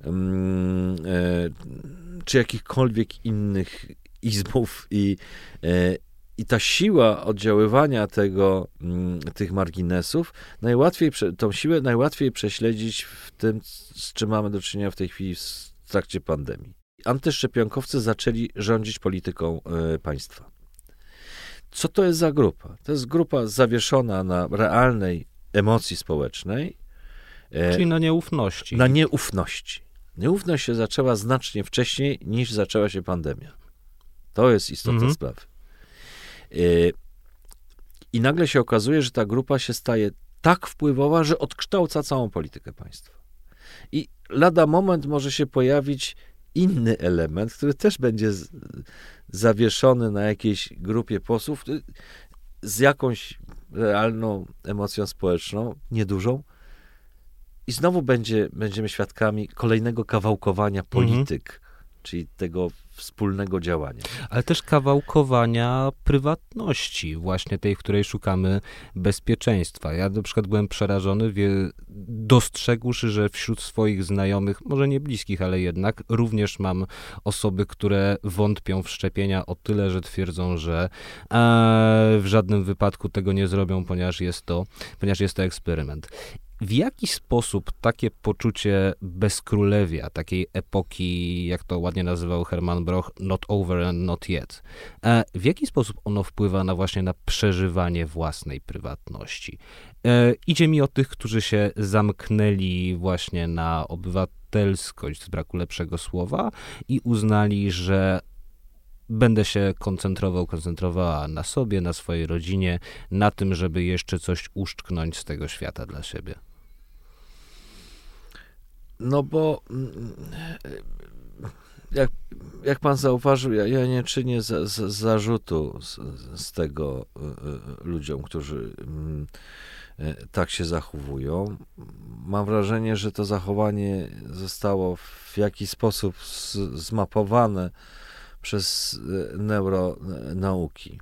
czy jakichkolwiek innych izmów i ta siła oddziaływania tych marginesów, tą siłę najłatwiej prześledzić w tym, z czym mamy do czynienia w tej chwili w trakcie pandemii. Antyszczepionkowcy zaczęli rządzić polityką państwa. Co to jest za grupa? To jest grupa zawieszona na realnej emocji społecznej. Czyli na nieufności. Na nieufności. Nieufność się zaczęła znacznie wcześniej, niż zaczęła się pandemia. To jest istota sprawy. I nagle się okazuje, że ta grupa się staje tak wpływowa, że odkształca całą politykę państwa. I lada moment może się pojawić inny element, który też będzie zawieszony na jakiejś grupie posłów z jakąś realną emocją społeczną, niedużą. I znowu będziemy świadkami kolejnego kawałkowania polityk, czyli tego wspólnego działania. Ale też kawałkowania prywatności, właśnie tej, w której szukamy bezpieczeństwa. Ja na przykład byłem przerażony, dostrzegłszy, że wśród swoich znajomych, może nie bliskich, ale jednak, również mam osoby, które wątpią w szczepienia o tyle, że twierdzą, że w żadnym wypadku tego nie zrobią, ponieważ jest to eksperyment. W jaki sposób takie poczucie bezkrólewia, takiej epoki, jak to ładnie nazywał Hermann Broch, not over and not yet, w jaki sposób ono wpływa właśnie na przeżywanie własnej prywatności? Idzie mi o tych, którzy się zamknęli właśnie na obywatelskość, z braku lepszego słowa, i uznali, że będę się koncentrowała na sobie, na swojej rodzinie, na tym, żeby jeszcze coś uszczknąć z tego świata dla siebie. No bo jak pan zauważył, ja nie czynię zarzutu z tego ludziom, którzy tak się zachowują. Mam wrażenie, że to zachowanie zostało w jakiś sposób zmapowane przez neuronauki.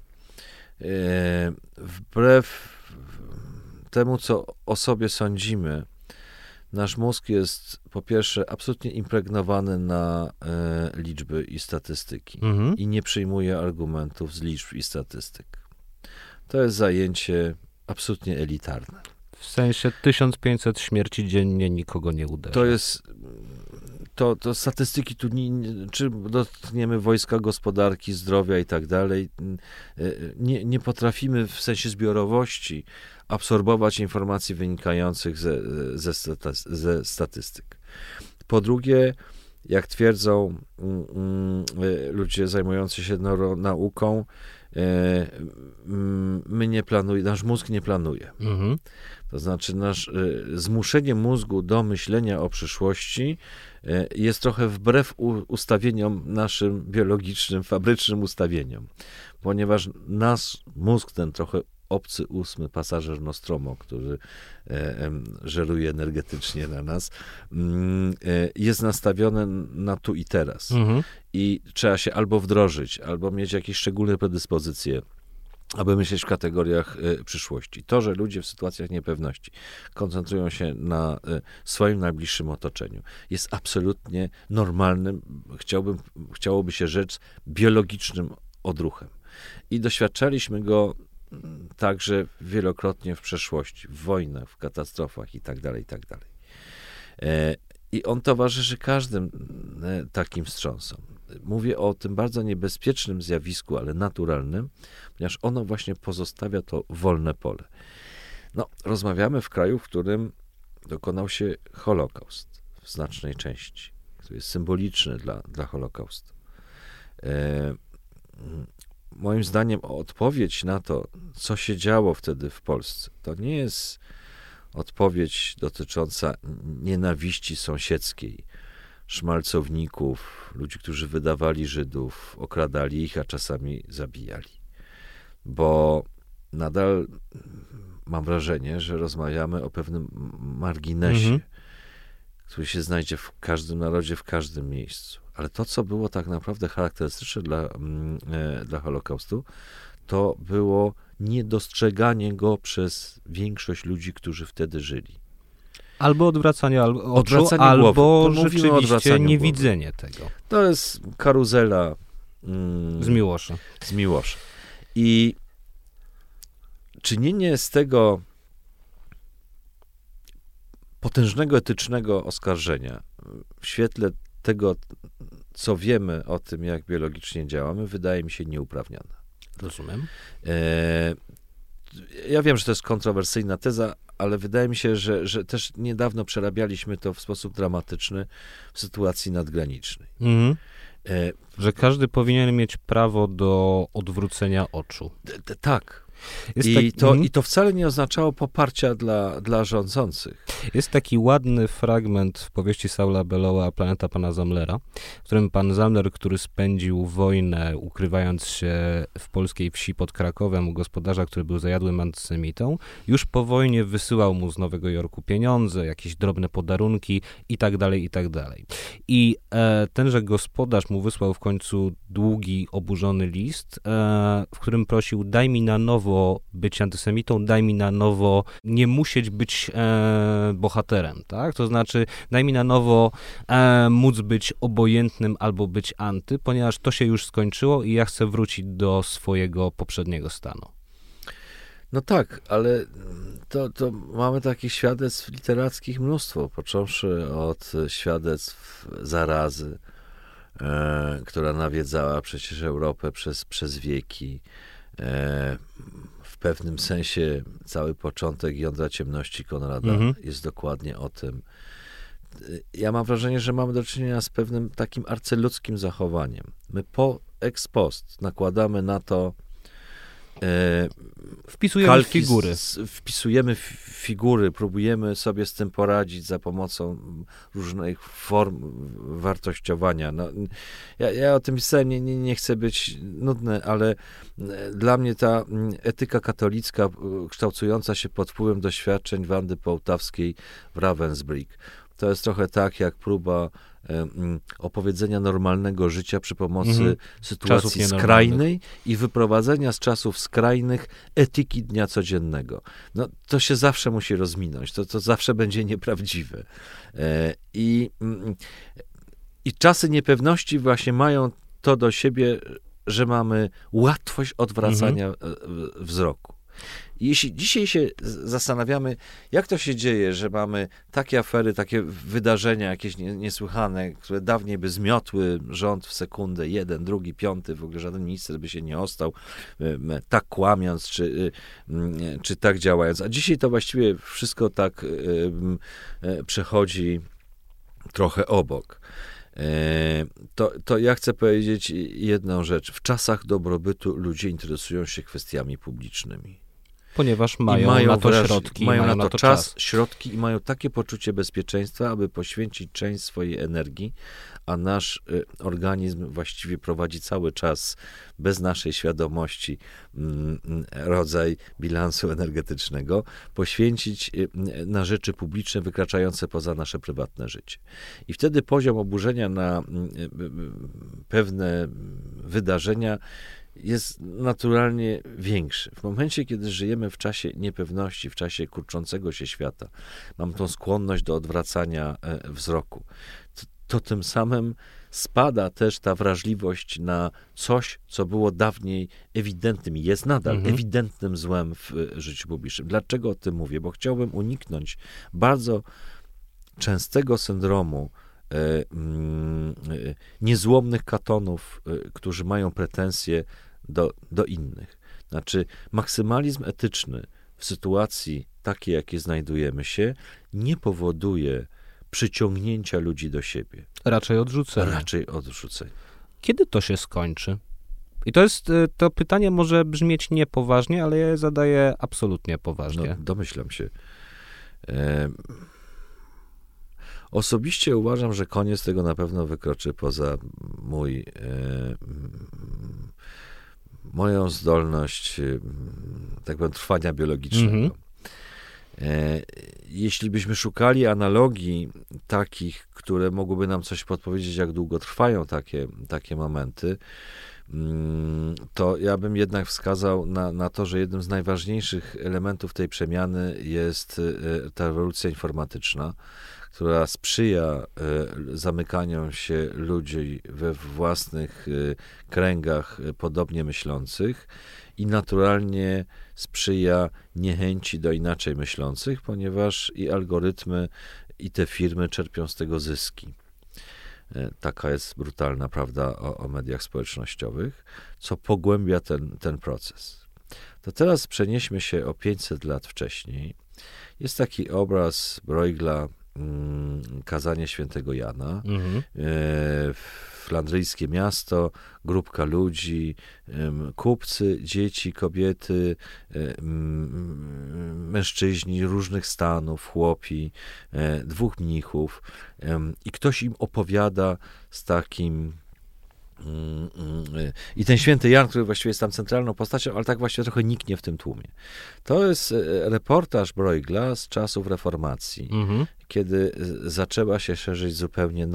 Wbrew temu, co o sobie sądzimy, nasz mózg jest po pierwsze absolutnie impregnowany na liczby i statystyki i nie przyjmuje argumentów z liczb i statystyk. To jest zajęcie absolutnie elitarne. W sensie 1500 śmierci dziennie nikogo nie uderza. To jest... To statystyki tu, czy dotkniemy wojska, gospodarki, zdrowia i tak dalej, nie potrafimy w sensie zbiorowości absorbować informacji wynikających ze statystyk. Po drugie, jak twierdzą ludzie zajmujący się neuronauką, nasz mózg nie planuje. To znaczy zmuszenie mózgu do myślenia o przyszłości jest trochę wbrew ustawieniom naszym biologicznym, fabrycznym ustawieniom. Ponieważ nasz mózg, ten trochę obcy ósmy pasażer Nostromo, który żeruje energetycznie na nas, jest nastawiony na tu i teraz. I trzeba się albo wdrożyć, albo mieć jakieś szczególne predyspozycje, aby myśleć w kategoriach przyszłości. To, że ludzie w sytuacjach niepewności koncentrują się na swoim najbliższym otoczeniu, jest absolutnie normalnym, chciałoby się rzec, biologicznym odruchem. I doświadczaliśmy go także wielokrotnie w przeszłości, w wojnach, w katastrofach i tak dalej, i tak dalej. I on towarzyszy każdym takim wstrząsom. Mówię o tym bardzo niebezpiecznym zjawisku, ale naturalnym, ponieważ ono właśnie pozostawia to wolne pole. No, rozmawiamy w kraju, w którym dokonał się Holokaust w znacznej części, który jest symboliczny dla Holokaustu. Moim zdaniem odpowiedź na to, co się działo wtedy w Polsce, to nie jest odpowiedź dotycząca nienawiści sąsiedzkiej, szmalcowników, ludzi, którzy wydawali Żydów, okradali ich, a czasami zabijali. Bo nadal mam wrażenie, że rozmawiamy o pewnym marginesie, który się znajdzie w każdym narodzie, w każdym miejscu. Ale to, co było tak naprawdę charakterystyczne dla Holokaustu, to było niedostrzeganie go przez większość ludzi, którzy wtedy żyli. Albo odwracanie oczu, albo rzeczywiście niewidzenie tego. To jest karuzela z Miłosza. I czynienie z tego potężnego etycznego oskarżenia w świetle tego, co wiemy o tym, jak biologicznie działamy, wydaje mi się nieuprawnione. Rozumiem. Ja wiem, że to jest kontrowersyjna teza, ale wydaje mi się, że też niedawno przerabialiśmy to w sposób dramatyczny w sytuacji nadgranicznej. Że każdy powinien mieć prawo do odwrócenia oczu. Tak. I to wcale nie oznaczało poparcia dla rządzących. Jest taki ładny fragment w powieści Saula Bellowa Planeta pana Zamlera, w którym pan Zamler, który spędził wojnę ukrywając się w polskiej wsi pod Krakowem u gospodarza, który był zajadłym antysemitą, już po wojnie wysyłał mu z Nowego Jorku pieniądze, jakieś drobne podarunki i tak dalej, i tak dalej. I tenże gospodarz mu wysłał w końcu długi, oburzony list, w którym prosił: daj mi na nowo być antysemitą, daj mi na nowo nie musieć być bohaterem, tak? To znaczy, daj mi na nowo móc być obojętnym albo być anty, ponieważ to się już skończyło i ja chcę wrócić do swojego poprzedniego stanu. No tak, ale to mamy takich świadectw literackich mnóstwo, począwszy od świadectw zarazy, która nawiedzała przecież Europę przez wieki. W pewnym sensie cały początek Jądra Ciemności Konrada jest dokładnie o tym. Ja mam wrażenie, że mamy do czynienia z pewnym takim arcyludzkim zachowaniem. My ex post nakładamy na to wpisujemy figury. Wpisujemy figury, próbujemy sobie z tym poradzić za pomocą różnych form wartościowania. No, ja o tym pisałem, nie chcę być nudny, ale dla mnie ta etyka katolicka kształtująca się pod wpływem doświadczeń Wandy Połtawskiej w Ravensbrück, to jest trochę tak, jak próba opowiedzenia normalnego życia przy pomocy sytuacji skrajnej i wyprowadzenia z czasów skrajnych etyki dnia codziennego. No, to się zawsze musi rozminąć, to zawsze będzie nieprawdziwe. I czasy niepewności właśnie mają to do siebie, że mamy łatwość odwracania wzroku. Jeśli dzisiaj się zastanawiamy, jak to się dzieje, że mamy takie afery, takie wydarzenia jakieś niesłychane, które dawniej by zmiotły rząd w sekundę, jeden, drugi, piąty, w ogóle żaden minister by się nie ostał, tak kłamiąc, czy tak działając. A dzisiaj to właściwie wszystko tak przechodzi trochę obok. To ja chcę powiedzieć jedną rzecz. W czasach dobrobytu ludzie interesują się kwestiami publicznymi. Ponieważ mają na to środki. Mają na to czas, środki i mają takie poczucie bezpieczeństwa, aby poświęcić część swojej energii, a nasz organizm właściwie prowadzi cały czas bez naszej świadomości rodzaj bilansu energetycznego, poświęcić na rzeczy publiczne wykraczające poza nasze prywatne życie. I wtedy poziom oburzenia na pewne wydarzenia jest naturalnie większy. W momencie, kiedy żyjemy w czasie niepewności, w czasie kurczącego się świata, mam tą skłonność do odwracania wzroku, to tym samym spada też ta wrażliwość na coś, co było dawniej ewidentnym i jest nadal ewidentnym złem w życiu publicznym. Dlaczego o tym mówię? Bo chciałbym uniknąć bardzo częstego syndromu niezłomnych katonów, którzy mają pretensje do innych. Znaczy, maksymalizm etyczny w sytuacji takiej, jakiej znajdujemy się, nie powoduje przyciągnięcia ludzi do siebie. Raczej odrzucenia. Kiedy to się skończy? I to pytanie może brzmieć niepoważnie, ale ja je zadaję absolutnie poważnie. No, domyślam się. Osobiście uważam, że koniec tego na pewno wykroczy poza moją zdolność, tak powiem, trwania biologicznego. Jeśli byśmy szukali analogii takich, które mogłyby nam coś podpowiedzieć, jak długo trwają takie momenty, to ja bym jednak wskazał na to, że jednym z najważniejszych elementów tej przemiany jest ta rewolucja informatyczna, która sprzyja zamykaniu się ludzi we własnych kręgach podobnie myślących i naturalnie sprzyja niechęci do inaczej myślących, ponieważ i algorytmy, i te firmy czerpią z tego zyski. Taka jest brutalna prawda o mediach społecznościowych, co pogłębia ten proces. To teraz przenieśmy się o 500 lat wcześniej. Jest taki obraz Bruegla, Kazanie świętego Jana, flandryjskie miasto, grupka ludzi, kupcy, dzieci, kobiety, mężczyźni różnych stanów, chłopi, dwóch mnichów i ktoś im opowiada z takim i ten święty Jan, który właściwie jest tam centralną postacią, ale tak właściwie trochę niknie w tym tłumie. To jest reportaż Bruegla z czasów reformacji, kiedy zaczęła się szerzyć zupełnie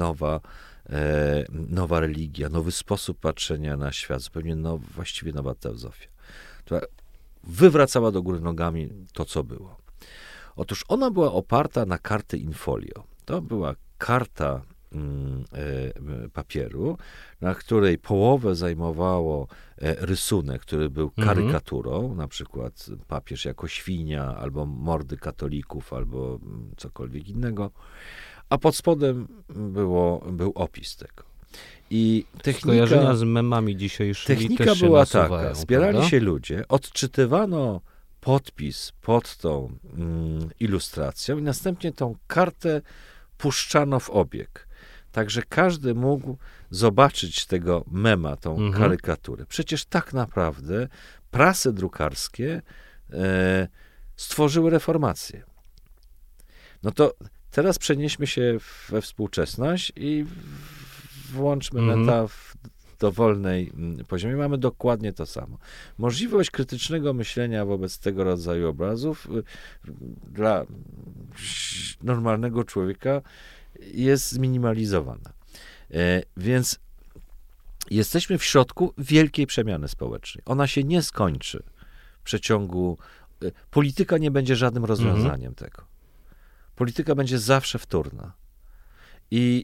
nowa religia, nowy sposób patrzenia na świat, zupełnie właściwie nowa teozofia, która wywracała do góry nogami to, co było. Otóż ona była oparta na karty in folio. To była karta papieru, na której połowę zajmowało rysunek, który był karykaturą, na przykład papież jako świnia, albo mordy katolików, albo cokolwiek innego, a pod spodem był opis tego. I skojarzenia z memami dzisiejszymi technika też się była nasuwają, taka, zbierali prawda? się ludzie, odczytywano podpis pod tą ilustracją i następnie tą kartę puszczano w obieg. Także każdy mógł zobaczyć tego mema, tą karykaturę. Przecież tak naprawdę prasy drukarskie stworzyły reformację. No to teraz przenieśmy się we współczesność i włączmy meta w dowolnej poziomie. Mamy dokładnie to samo. Możliwość krytycznego myślenia wobec tego rodzaju obrazów dla normalnego człowieka jest zminimalizowana. Więc jesteśmy w środku wielkiej przemiany społecznej. Ona się nie skończy w przeciągu... Polityka nie będzie żadnym rozwiązaniem tego. Polityka będzie zawsze wtórna. I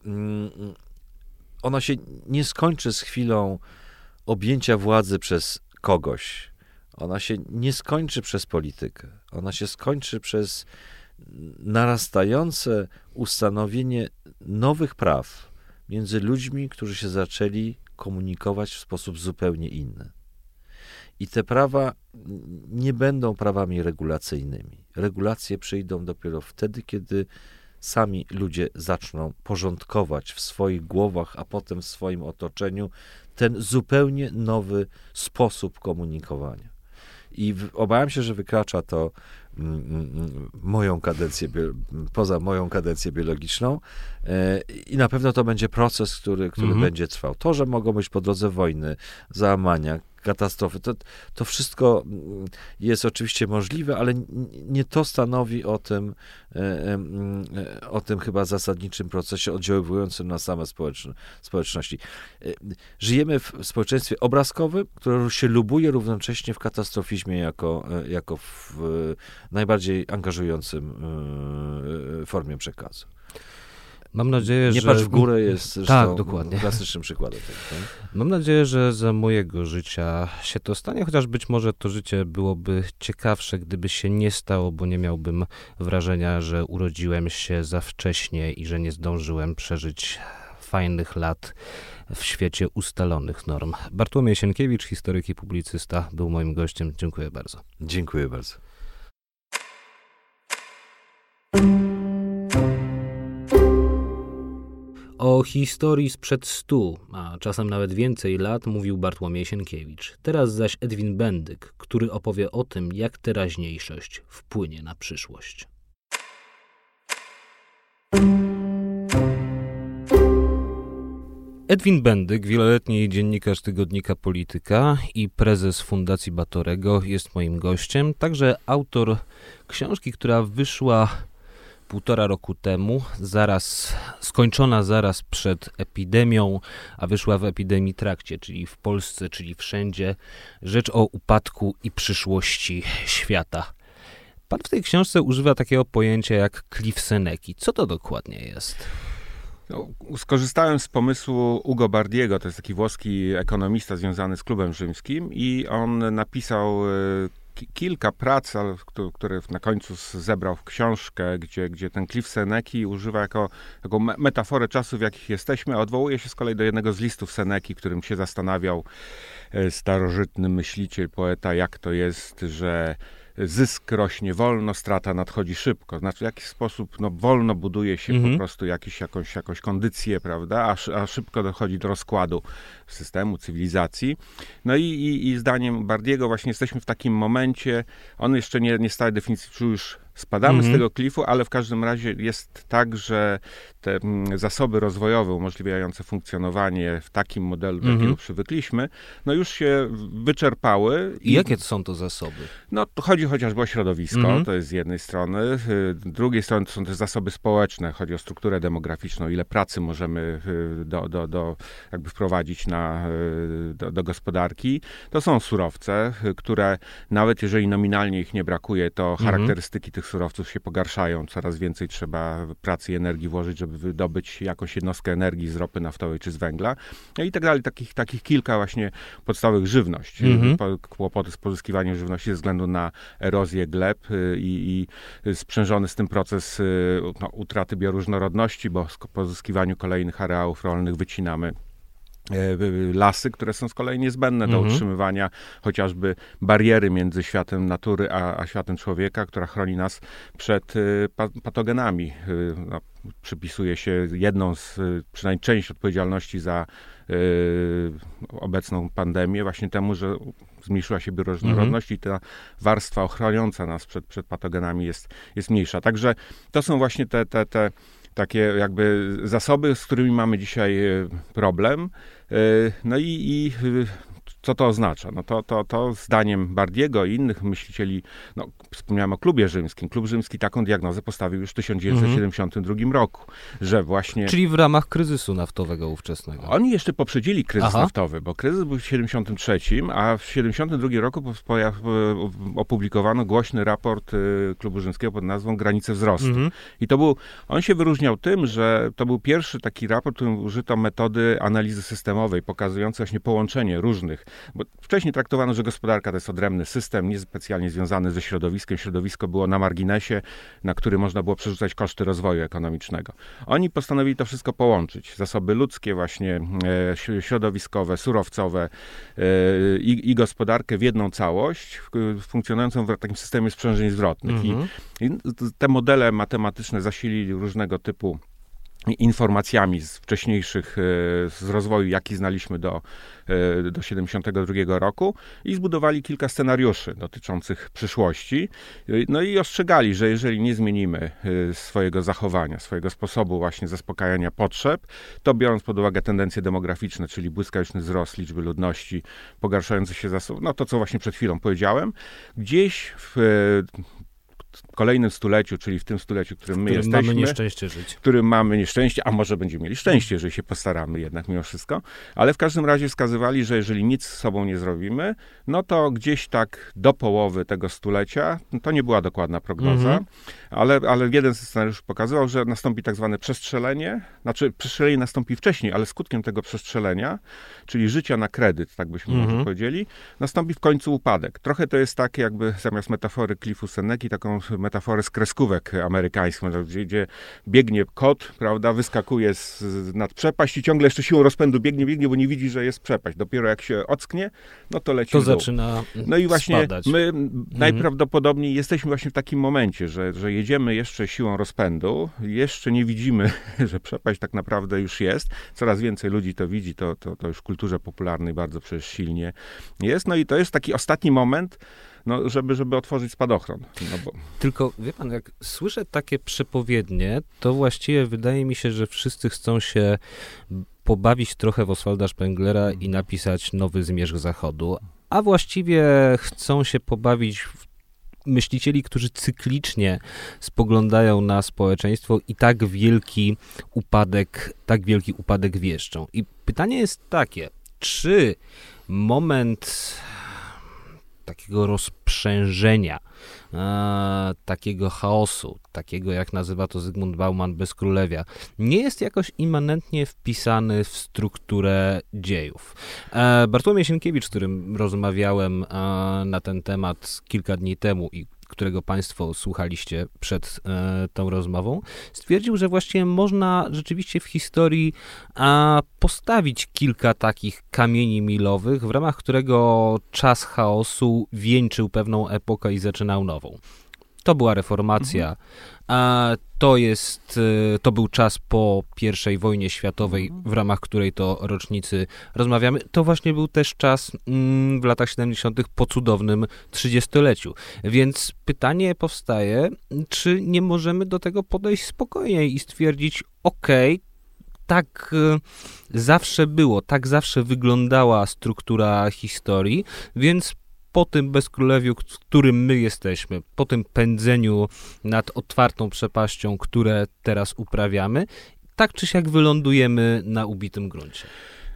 ona się nie skończy z chwilą objęcia władzy przez kogoś. Ona się nie skończy przez politykę. Ona się skończy przez narastające ustanowienie nowych praw między ludźmi, którzy się zaczęli komunikować w sposób zupełnie inny. I te prawa nie będą prawami regulacyjnymi. Regulacje przyjdą dopiero wtedy, kiedy sami ludzie zaczną porządkować w swoich głowach, a potem w swoim otoczeniu ten zupełnie nowy sposób komunikowania. I obawiam się, że wykracza to moją kadencję, poza moją kadencję biologiczną i na pewno to będzie proces, który będzie trwał. To, że mogą być po drodze wojny, załamania, katastrofy, to wszystko jest oczywiście możliwe, ale nie to stanowi o tym chyba zasadniczym procesie oddziaływującym na same społeczności. Żyjemy w społeczeństwie obrazkowym, które się lubuje równocześnie w katastrofizmie jako w najbardziej angażującym formie przekazu. Mam nadzieję, że... Nie patrz w górę jest tak, dokładnie. Klasycznym przykładem tego. Tak? Mam nadzieję, że za mojego życia się to stanie, chociaż być może to życie byłoby ciekawsze, gdyby się nie stało, bo nie miałbym wrażenia, że urodziłem się za wcześnie i że nie zdążyłem przeżyć fajnych lat w świecie ustalonych norm. Bartłomiej Sienkiewicz, historyk i publicysta, był moim gościem. Dziękuję bardzo. Dziękuję bardzo. O historii sprzed 100, a czasem nawet więcej lat mówił Bartłomiej Sienkiewicz. Teraz zaś Edwin Bendyk, który opowie o tym, jak teraźniejszość wpłynie na przyszłość. Edwin Bendyk, wieloletni dziennikarz tygodnika Polityka i prezes Fundacji Batorego, jest moim gościem. Także autor książki, która wyszła 1,5 roku temu, skończona zaraz przed epidemią, a wyszła w epidemii trakcie, czyli w Polsce, czyli wszędzie. Rzecz o upadku i przyszłości świata. Pan w tej książce używa takiego pojęcia jak cliff Seneki. Co to dokładnie jest? No, skorzystałem z pomysłu Ugo Bardiego, to jest taki włoski ekonomista związany z Klubem Rzymskim i on napisał kilka prac, które na końcu zebrał w książkę, gdzie ten cliff Seneki używa jako metaforę czasów, w jakich jesteśmy, a odwołuje się z kolei do jednego z listów Seneki, którym się zastanawiał starożytny myśliciel, poeta, jak to jest, że zysk rośnie wolno, strata nadchodzi szybko. Znaczy, w jaki sposób wolno buduje się po prostu jakąś kondycję, prawda, a szybko dochodzi do rozkładu systemu, cywilizacji. No i zdaniem Bardiego właśnie jesteśmy w takim momencie, on jeszcze nie staje definicji, czy już spadamy z tego klifu, ale w każdym razie jest tak, że te zasoby rozwojowe umożliwiające funkcjonowanie w takim modelu, do jakiego przywykliśmy, no już się wyczerpały. I jakie są to zasoby? No to chodzi chociażby o środowisko, to jest z jednej strony. Z drugiej strony to są też zasoby społeczne, chodzi o strukturę demograficzną, ile pracy możemy jakby wprowadzić do gospodarki. To są surowce, które nawet jeżeli nominalnie ich nie brakuje, to charakterystyki tych tych surowców się pogarszają, coraz więcej trzeba pracy i energii włożyć, żeby wydobyć jakąś jednostkę energii z ropy naftowej czy z węgla, i tak dalej. Takich kilka właśnie podstawowych. Żywność. Kłopoty z pozyskiwaniem żywności ze względu na erozję gleb i sprzężony z tym proces utraty bioróżnorodności, bo w pozyskiwaniu kolejnych areałów rolnych wycinamy lasy, które są z kolei niezbędne do utrzymywania chociażby bariery między światem natury a światem człowieka, która chroni nas przed patogenami. Przypisuje się przynajmniej część odpowiedzialności za obecną pandemię właśnie temu, że zmniejszyła się bioróżnorodność i ta warstwa ochroniąca nas przed patogenami jest mniejsza. Także to są właśnie te takie jakby zasoby, z którymi mamy dzisiaj problem. No i co to oznacza? No to zdaniem Bardiego i innych myślicieli, wspomniałem o klubie rzymskim. Klub rzymski taką diagnozę postawił już w 1972 roku, że właśnie... Czyli w ramach kryzysu naftowego ówczesnego. Oni jeszcze poprzedzili kryzys naftowy, bo kryzys był w 73, a w 72 roku opublikowano głośny raport klubu rzymskiego pod nazwą Granice wzrostu. I on się wyróżniał tym, że to był pierwszy taki raport, w którym użyto metody analizy systemowej, pokazującej właśnie połączenie różnych. Bo wcześniej traktowano, że gospodarka to jest odrębny system, niespecjalnie związany ze środowiskiem. Środowisko było na marginesie, na który można było przerzucać koszty rozwoju ekonomicznego. Oni postanowili to wszystko połączyć. Zasoby ludzkie właśnie, środowiskowe, surowcowe i gospodarkę w jedną całość, funkcjonującą w takim systemie sprzężeń zwrotnych. I te modele matematyczne zasilili różnego typu informacjami z wcześniejszych, z rozwoju, jaki znaliśmy do 72 roku i zbudowali kilka scenariuszy dotyczących przyszłości. No i ostrzegali, że jeżeli nie zmienimy swojego zachowania, swojego sposobu właśnie zaspokajania potrzeb, to biorąc pod uwagę tendencje demograficzne, czyli błyskawiczny wzrost liczby ludności, pogarszający się zasoby, to co właśnie przed chwilą powiedziałem, gdzieś w kolejnym stuleciu, czyli w tym stuleciu, w którym my jesteśmy. Mamy nieszczęście żyć. W którym mamy nieszczęście, a może będziemy mieli szczęście, jeżeli się postaramy jednak mimo wszystko. Ale w każdym razie wskazywali, że jeżeli nic z sobą nie zrobimy, no to gdzieś tak do połowy tego stulecia, to nie była dokładna prognoza, ale jeden ze scenariuszy pokazywał, że nastąpi tak zwane przestrzelenie. Znaczy przestrzelenie nastąpi wcześniej, ale skutkiem tego przestrzelenia, czyli życia na kredyt, tak byśmy może powiedzieli, nastąpi w końcu upadek. Trochę to jest tak, jakby zamiast metafory Cliffu Seneki, taką metaforę z kreskówek amerykańskich, gdzie biegnie kot, prawda, wyskakuje nad przepaść i ciągle jeszcze siłą rozpędu biegnie, bo nie widzi, że jest przepaść. Dopiero jak się ocknie, no to leci w dół. Zaczyna No i właśnie spadać. my najprawdopodobniej jesteśmy właśnie w takim momencie, że jedziemy jeszcze siłą rozpędu, jeszcze nie widzimy, że przepaść tak naprawdę już jest. Coraz więcej ludzi to widzi, to już w kulturze popularnej bardzo przecież silnie jest. No i to jest taki ostatni moment, żeby otworzyć spadochron. Tylko, wie pan, jak słyszę takie przepowiednie, to właściwie wydaje mi się, że wszyscy chcą się pobawić trochę w Oswalda Spenglera i napisać nowy Zmierzch Zachodu, a właściwie chcą się pobawić w myślicieli, którzy cyklicznie spoglądają na społeczeństwo i tak wielki upadek wieszczą. I pytanie jest takie, czy moment takiego rozprzężenia, takiego chaosu, takiego jak nazywa to Zygmunt Bauman bezkrólewia, nie jest jakoś immanentnie wpisany w strukturę dziejów. Bartłomiej Sienkiewicz, z którym rozmawiałem na ten temat kilka dni temu i którego państwo słuchaliście przed tą rozmową, stwierdził, że właściwie można rzeczywiście w historii postawić kilka takich kamieni milowych, w ramach którego czas chaosu wieńczył pewną epokę i zaczynał nową. To była reformacja, to był czas po I wojnie światowej, w ramach której to rocznicy rozmawiamy. To właśnie był też czas w latach 70. po cudownym 30-leciu. Więc pytanie powstaje, czy nie możemy do tego podejść spokojniej i stwierdzić, tak zawsze było, tak zawsze wyglądała struktura historii, więc po tym bezkrólewiu, w którym my jesteśmy, po tym pędzeniu nad otwartą przepaścią, które teraz uprawiamy, tak czy siak wylądujemy na ubitym gruncie.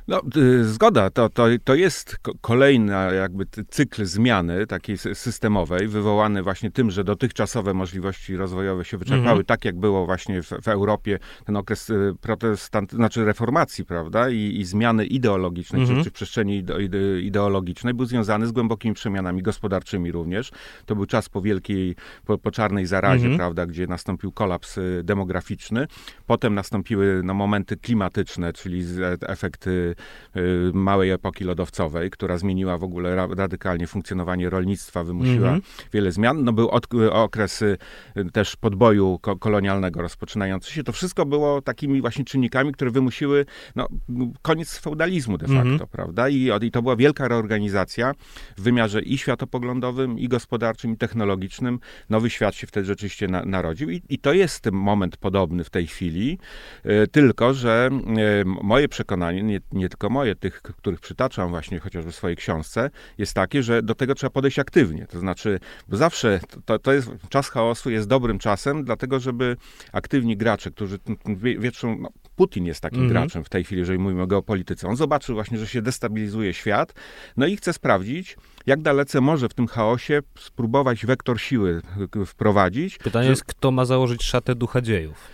No, zgoda, to jest kolejny jakby cykl zmiany takiej systemowej, wywołany właśnie tym, że dotychczasowe możliwości rozwojowe się wyczerpały, tak jak było właśnie w Europie, ten okres reformacji, prawda, i zmiany ideologicznej, czy przestrzeni ideologicznej był związany z głębokimi przemianami gospodarczymi również. To był czas po czarnej zarazie, prawda, gdzie nastąpił kolaps demograficzny. Potem nastąpiły momenty klimatyczne, czyli efekty małej epoki lodowcowej, która zmieniła w ogóle radykalnie funkcjonowanie rolnictwa, wymusiła wiele zmian. No, był okres też podboju kolonialnego rozpoczynający się. To wszystko było takimi właśnie czynnikami, które wymusiły koniec feudalizmu de facto, prawda? I to była wielka reorganizacja w wymiarze i światopoglądowym, i gospodarczym, i technologicznym. Nowy świat się wtedy rzeczywiście narodził. I to jest moment podobny w tej chwili, tylko że moje przekonanie, nie tylko moje, tych, których przytaczam właśnie chociażby w swojej książce, jest takie, że do tego trzeba podejść aktywnie. To znaczy, bo zawsze to jest, czas chaosu jest dobrym czasem, dlatego żeby aktywni gracze, którzy wieczą, Putin jest takim graczem w tej chwili, jeżeli mówimy o geopolityce. On zobaczył właśnie, że się destabilizuje świat, no i chce sprawdzić, jak dalece może w tym chaosie spróbować wektor siły wprowadzić. Pytanie jest, kto ma założyć szatę ducha dziejów?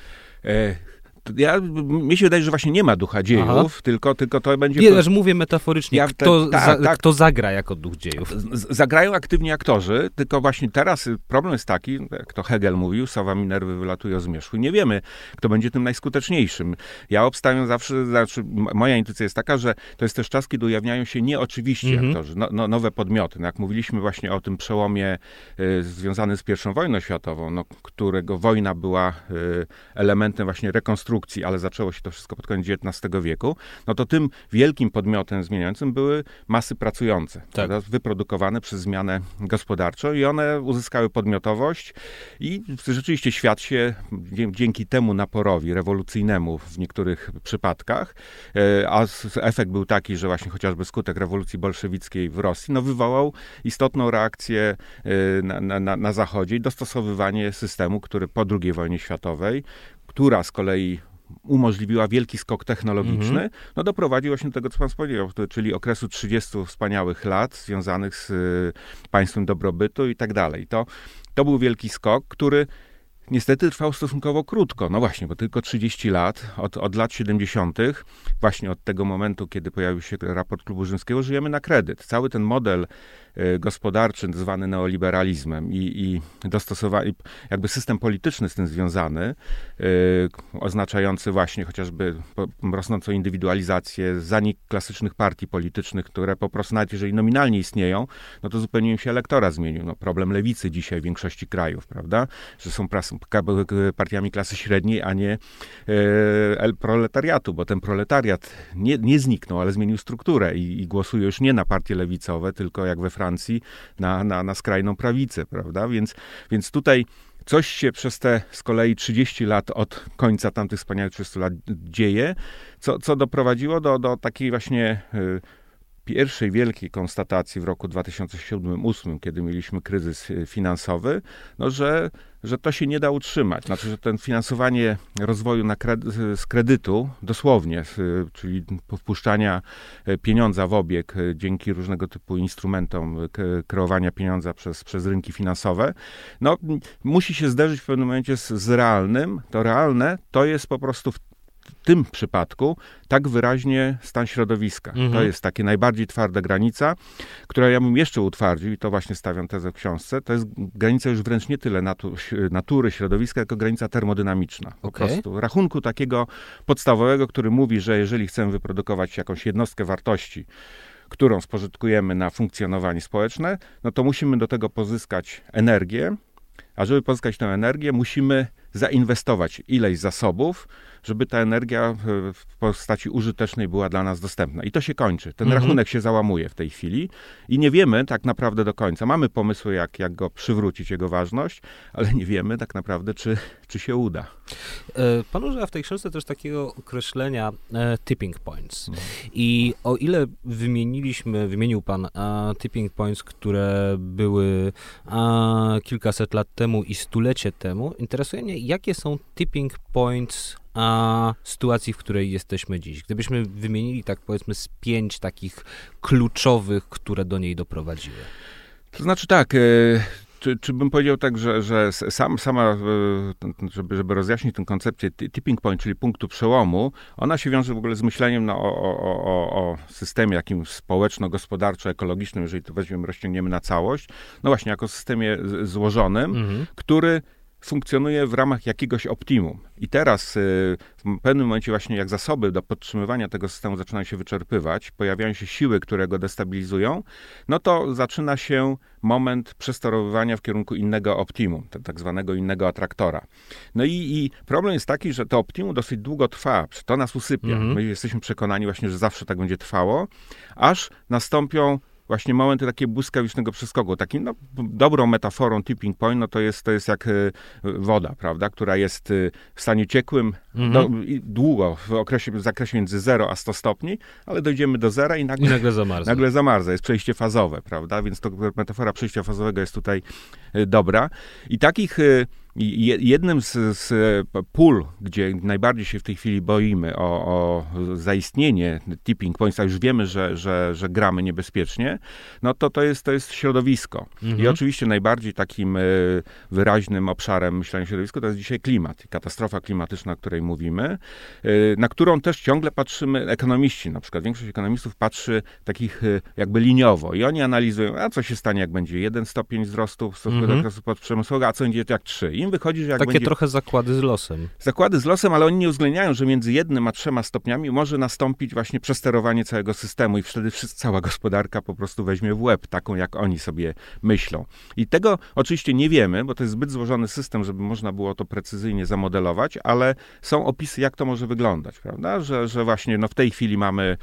Mnie się wydaje, że właśnie nie ma ducha dziejów, tylko to będzie... Nie, że mówię metaforycznie, kto zagra jako duch dziejów. Zagrają aktywni aktorzy, tylko właśnie teraz problem jest taki, jak to Hegel mówił, sowa Minerwy wylatuje z zmierzchu. Nie wiemy, kto będzie tym najskuteczniejszym. Ja obstawiam zawsze, moja intuicja jest taka, że to jest też czas, kiedy ujawniają się nieoczywiści aktorzy, nowe podmioty. Jak mówiliśmy właśnie o tym przełomie związanym z I wojną światową, którego wojna była elementem właśnie rekonstrukcji, ale zaczęło się to wszystko pod koniec XIX wieku, no to tym wielkim podmiotem zmieniającym były masy pracujące, prawda, wyprodukowane przez zmianę gospodarczą i one uzyskały podmiotowość i rzeczywiście świat się dzięki temu naporowi rewolucyjnemu w niektórych przypadkach, a efekt był taki, że właśnie chociażby skutek rewolucji bolszewickiej w Rosji, wywołał istotną reakcję na Zachodzie i dostosowywanie systemu, który po II wojnie światowej, która z kolei umożliwiła wielki skok technologiczny, doprowadził właśnie do tego, co pan powiedział, czyli okresu 30 wspaniałych lat związanych z państwem dobrobytu i tak dalej. To był wielki skok, który niestety trwał stosunkowo krótko. No właśnie, bo tylko 30 lat, od lat 70., właśnie od tego momentu, kiedy pojawił się raport Klubu Rzymskiego, żyjemy na kredyt. Cały ten model gospodarczy zwany neoliberalizmem i dostosowany, jakby system polityczny z tym związany, oznaczający właśnie chociażby rosnącą indywidualizację, zanik klasycznych partii politycznych, które po prostu nawet jeżeli nominalnie istnieją, no to zupełnie im się elektorat zmienił. Problem lewicy dzisiaj w większości krajów, prawda? Że są partiami klasy średniej, a nie proletariatu, bo ten proletariat nie zniknął, ale zmienił strukturę i głosuje już nie na partie lewicowe, tylko jak we Francji na skrajną prawicę, prawda? Więc tutaj coś się przez te z kolei 30 lat od końca tamtych wspaniałych 30 lat dzieje, co doprowadziło do takiej właśnie pierwszej wielkiej konstatacji w roku 2007-2008, kiedy mieliśmy kryzys finansowy, że to się nie da utrzymać. Znaczy, że ten finansowanie rozwoju z kredytu, dosłownie, czyli wpuszczania pieniądza w obieg dzięki różnego typu instrumentom kreowania pieniądza przez rynki finansowe, musi się zderzyć w pewnym momencie z realnym. To realne to jest po prostu w tym przypadku tak wyraźnie stan środowiska. To jest takie najbardziej twarda granica, która ja bym jeszcze utwardził, i to właśnie stawiam tezę w książce, to jest granica już wręcz nie tyle natury środowiska, jako granica termodynamiczna. Po prostu rachunku takiego podstawowego, który mówi, że jeżeli chcemy wyprodukować jakąś jednostkę wartości, którą spożytkujemy na funkcjonowanie społeczne, no to musimy do tego pozyskać energię, a żeby pozyskać tę energię, musimy zainwestować ileś zasobów, żeby ta energia w postaci użytecznej była dla nas dostępna. I to się kończy. Ten rachunek się załamuje w tej chwili i nie wiemy tak naprawdę do końca. Mamy pomysły, jak go przywrócić, jego ważność, ale nie wiemy tak naprawdę, czy się uda. Pan używa w tej książce też takiego określenia tipping points. I o ile wymienił pan tipping points, które były kilkaset lat temu i stulecie temu, interesuje mnie, jakie są tipping points a sytuacji, w której jesteśmy dziś? Gdybyśmy wymienili, tak powiedzmy, z 5 takich kluczowych, które do niej doprowadziły. To znaczy tak, czy bym powiedział tak, że sama, żeby rozjaśnić tę koncepcję tipping point, czyli punktu przełomu, ona się wiąże w ogóle z myśleniem o systemie jakim społeczno-gospodarczo-ekologicznym, jeżeli to weźmiemy, rozciągniemy na całość, no właśnie jako systemie złożonym, który funkcjonuje w ramach jakiegoś optimum. I teraz w pewnym momencie właśnie jak zasoby do podtrzymywania tego systemu zaczynają się wyczerpywać, pojawiają się siły, które go destabilizują, no to zaczyna się moment przesterowywania w kierunku innego optimum, tak zwanego innego atraktora. No i problem jest taki, że to optimum dosyć długo trwa, to nas usypia. My jesteśmy przekonani właśnie, że zawsze tak będzie trwało, aż nastąpią właśnie momenty takiego błyskawicznego przeskoku. Takim dobrą metaforą tipping point, no to jest jak woda, prawda, która jest w stanie ciekłym długo, w zakresie między 0 a 100 stopni, ale dojdziemy do zera i nagle zamarza. Nagle zamarza, jest przejście fazowe, prawda, więc to metafora przejścia fazowego jest tutaj dobra. I takich jednym z pól, gdzie najbardziej się w tej chwili boimy o zaistnienie tipping points, a już wiemy, że gramy niebezpiecznie, no to jest środowisko. I oczywiście najbardziej takim wyraźnym obszarem myślenia o środowisku to jest dzisiaj klimat. Katastrofa klimatyczna, o której mówimy, na którą też ciągle patrzymy ekonomiści. Na przykład większość ekonomistów patrzy takich jakby liniowo i oni analizują, a co się stanie, jak będzie 1 stopień wzrostu w stosunku do okresu podprzemysłowego, a co będzie jak 3. Im wychodzi, że jak takie będzie... trochę zakłady z losem. Zakłady z losem, ale oni nie uwzględniają, że między 1 a 3 stopniami może nastąpić właśnie przesterowanie całego systemu i wtedy cała gospodarka po prostu weźmie w łeb, taką jak oni sobie myślą. I tego oczywiście nie wiemy, bo to jest zbyt złożony system, żeby można było to precyzyjnie zamodelować, ale są opisy, jak to może wyglądać, prawda? Że właśnie w tej chwili mamy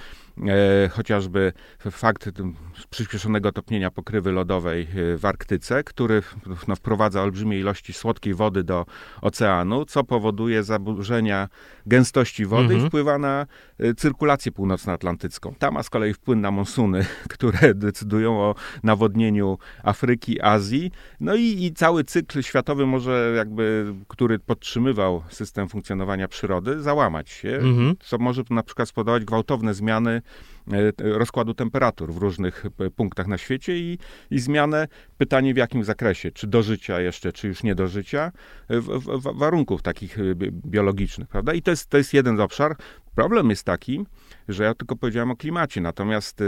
chociażby fakt przyspieszonego topnienia pokrywy lodowej w Arktyce, który wprowadza olbrzymie ilości słodkiej wody do oceanu, co powoduje zaburzenia gęstości wody i wpływa na cyrkulację północnoatlantycką. Ta ma z kolei wpływ na monsuny, które decydują o nawodnieniu Afryki, Azji. No i cały cykl światowy może który podtrzymywał system funkcjonowania przyrody, załamać się, co może na przykład spowodować gwałtowne zmiany rozkładu temperatur w różnych punktach na świecie i zmianę, pytanie w jakim zakresie, czy do życia jeszcze, czy już nie do życia, warunków takich biologicznych, prawda? I to jest jeden obszar. Problem jest taki, że ja tylko powiedziałem o klimacie, natomiast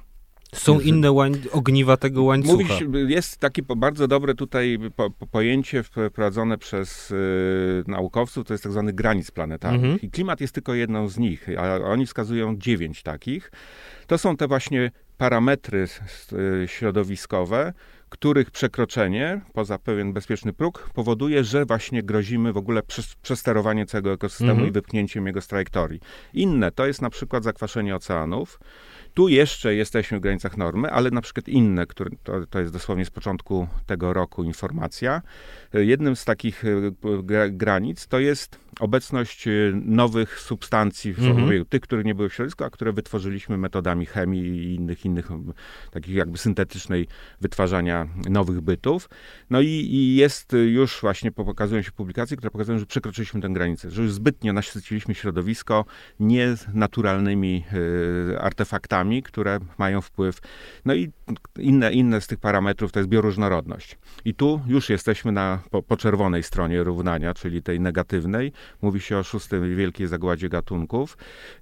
są inne ogniwa tego łańcucha. Jest takie bardzo dobre tutaj pojęcie wprowadzone przez naukowców, to jest tak zwany granic planetarnych. I klimat jest tylko jedną z nich, a oni wskazują 9 takich. To są te właśnie parametry środowiskowe, których przekroczenie poza pewien bezpieczny próg powoduje, że właśnie grozimy w ogóle przesterowanie całego ekosystemu i wypchnięciem jego z trajektorii. Inne to jest na przykład zakwaszenie oceanów. Tu jeszcze jesteśmy w granicach normy, ale na przykład inne, to jest dosłownie z początku tego roku informacja. Jednym z takich granic to jest obecność nowych substancji, tych, które nie były w środowisku, a które wytworzyliśmy metodami chemii i innych takich jakby syntetycznej wytwarzania nowych bytów. No i jest już właśnie, pokazują się publikacje, które pokazują, że przekroczyliśmy tę granicę, że już zbytnio nasyciliśmy środowisko nienaturalnymi artefaktami, które mają wpływ. No i inne z tych parametrów to jest bioróżnorodność. I tu już jesteśmy po czerwonej stronie równania, czyli tej negatywnej. Mówi się o 6. wielkiej zagładzie gatunków.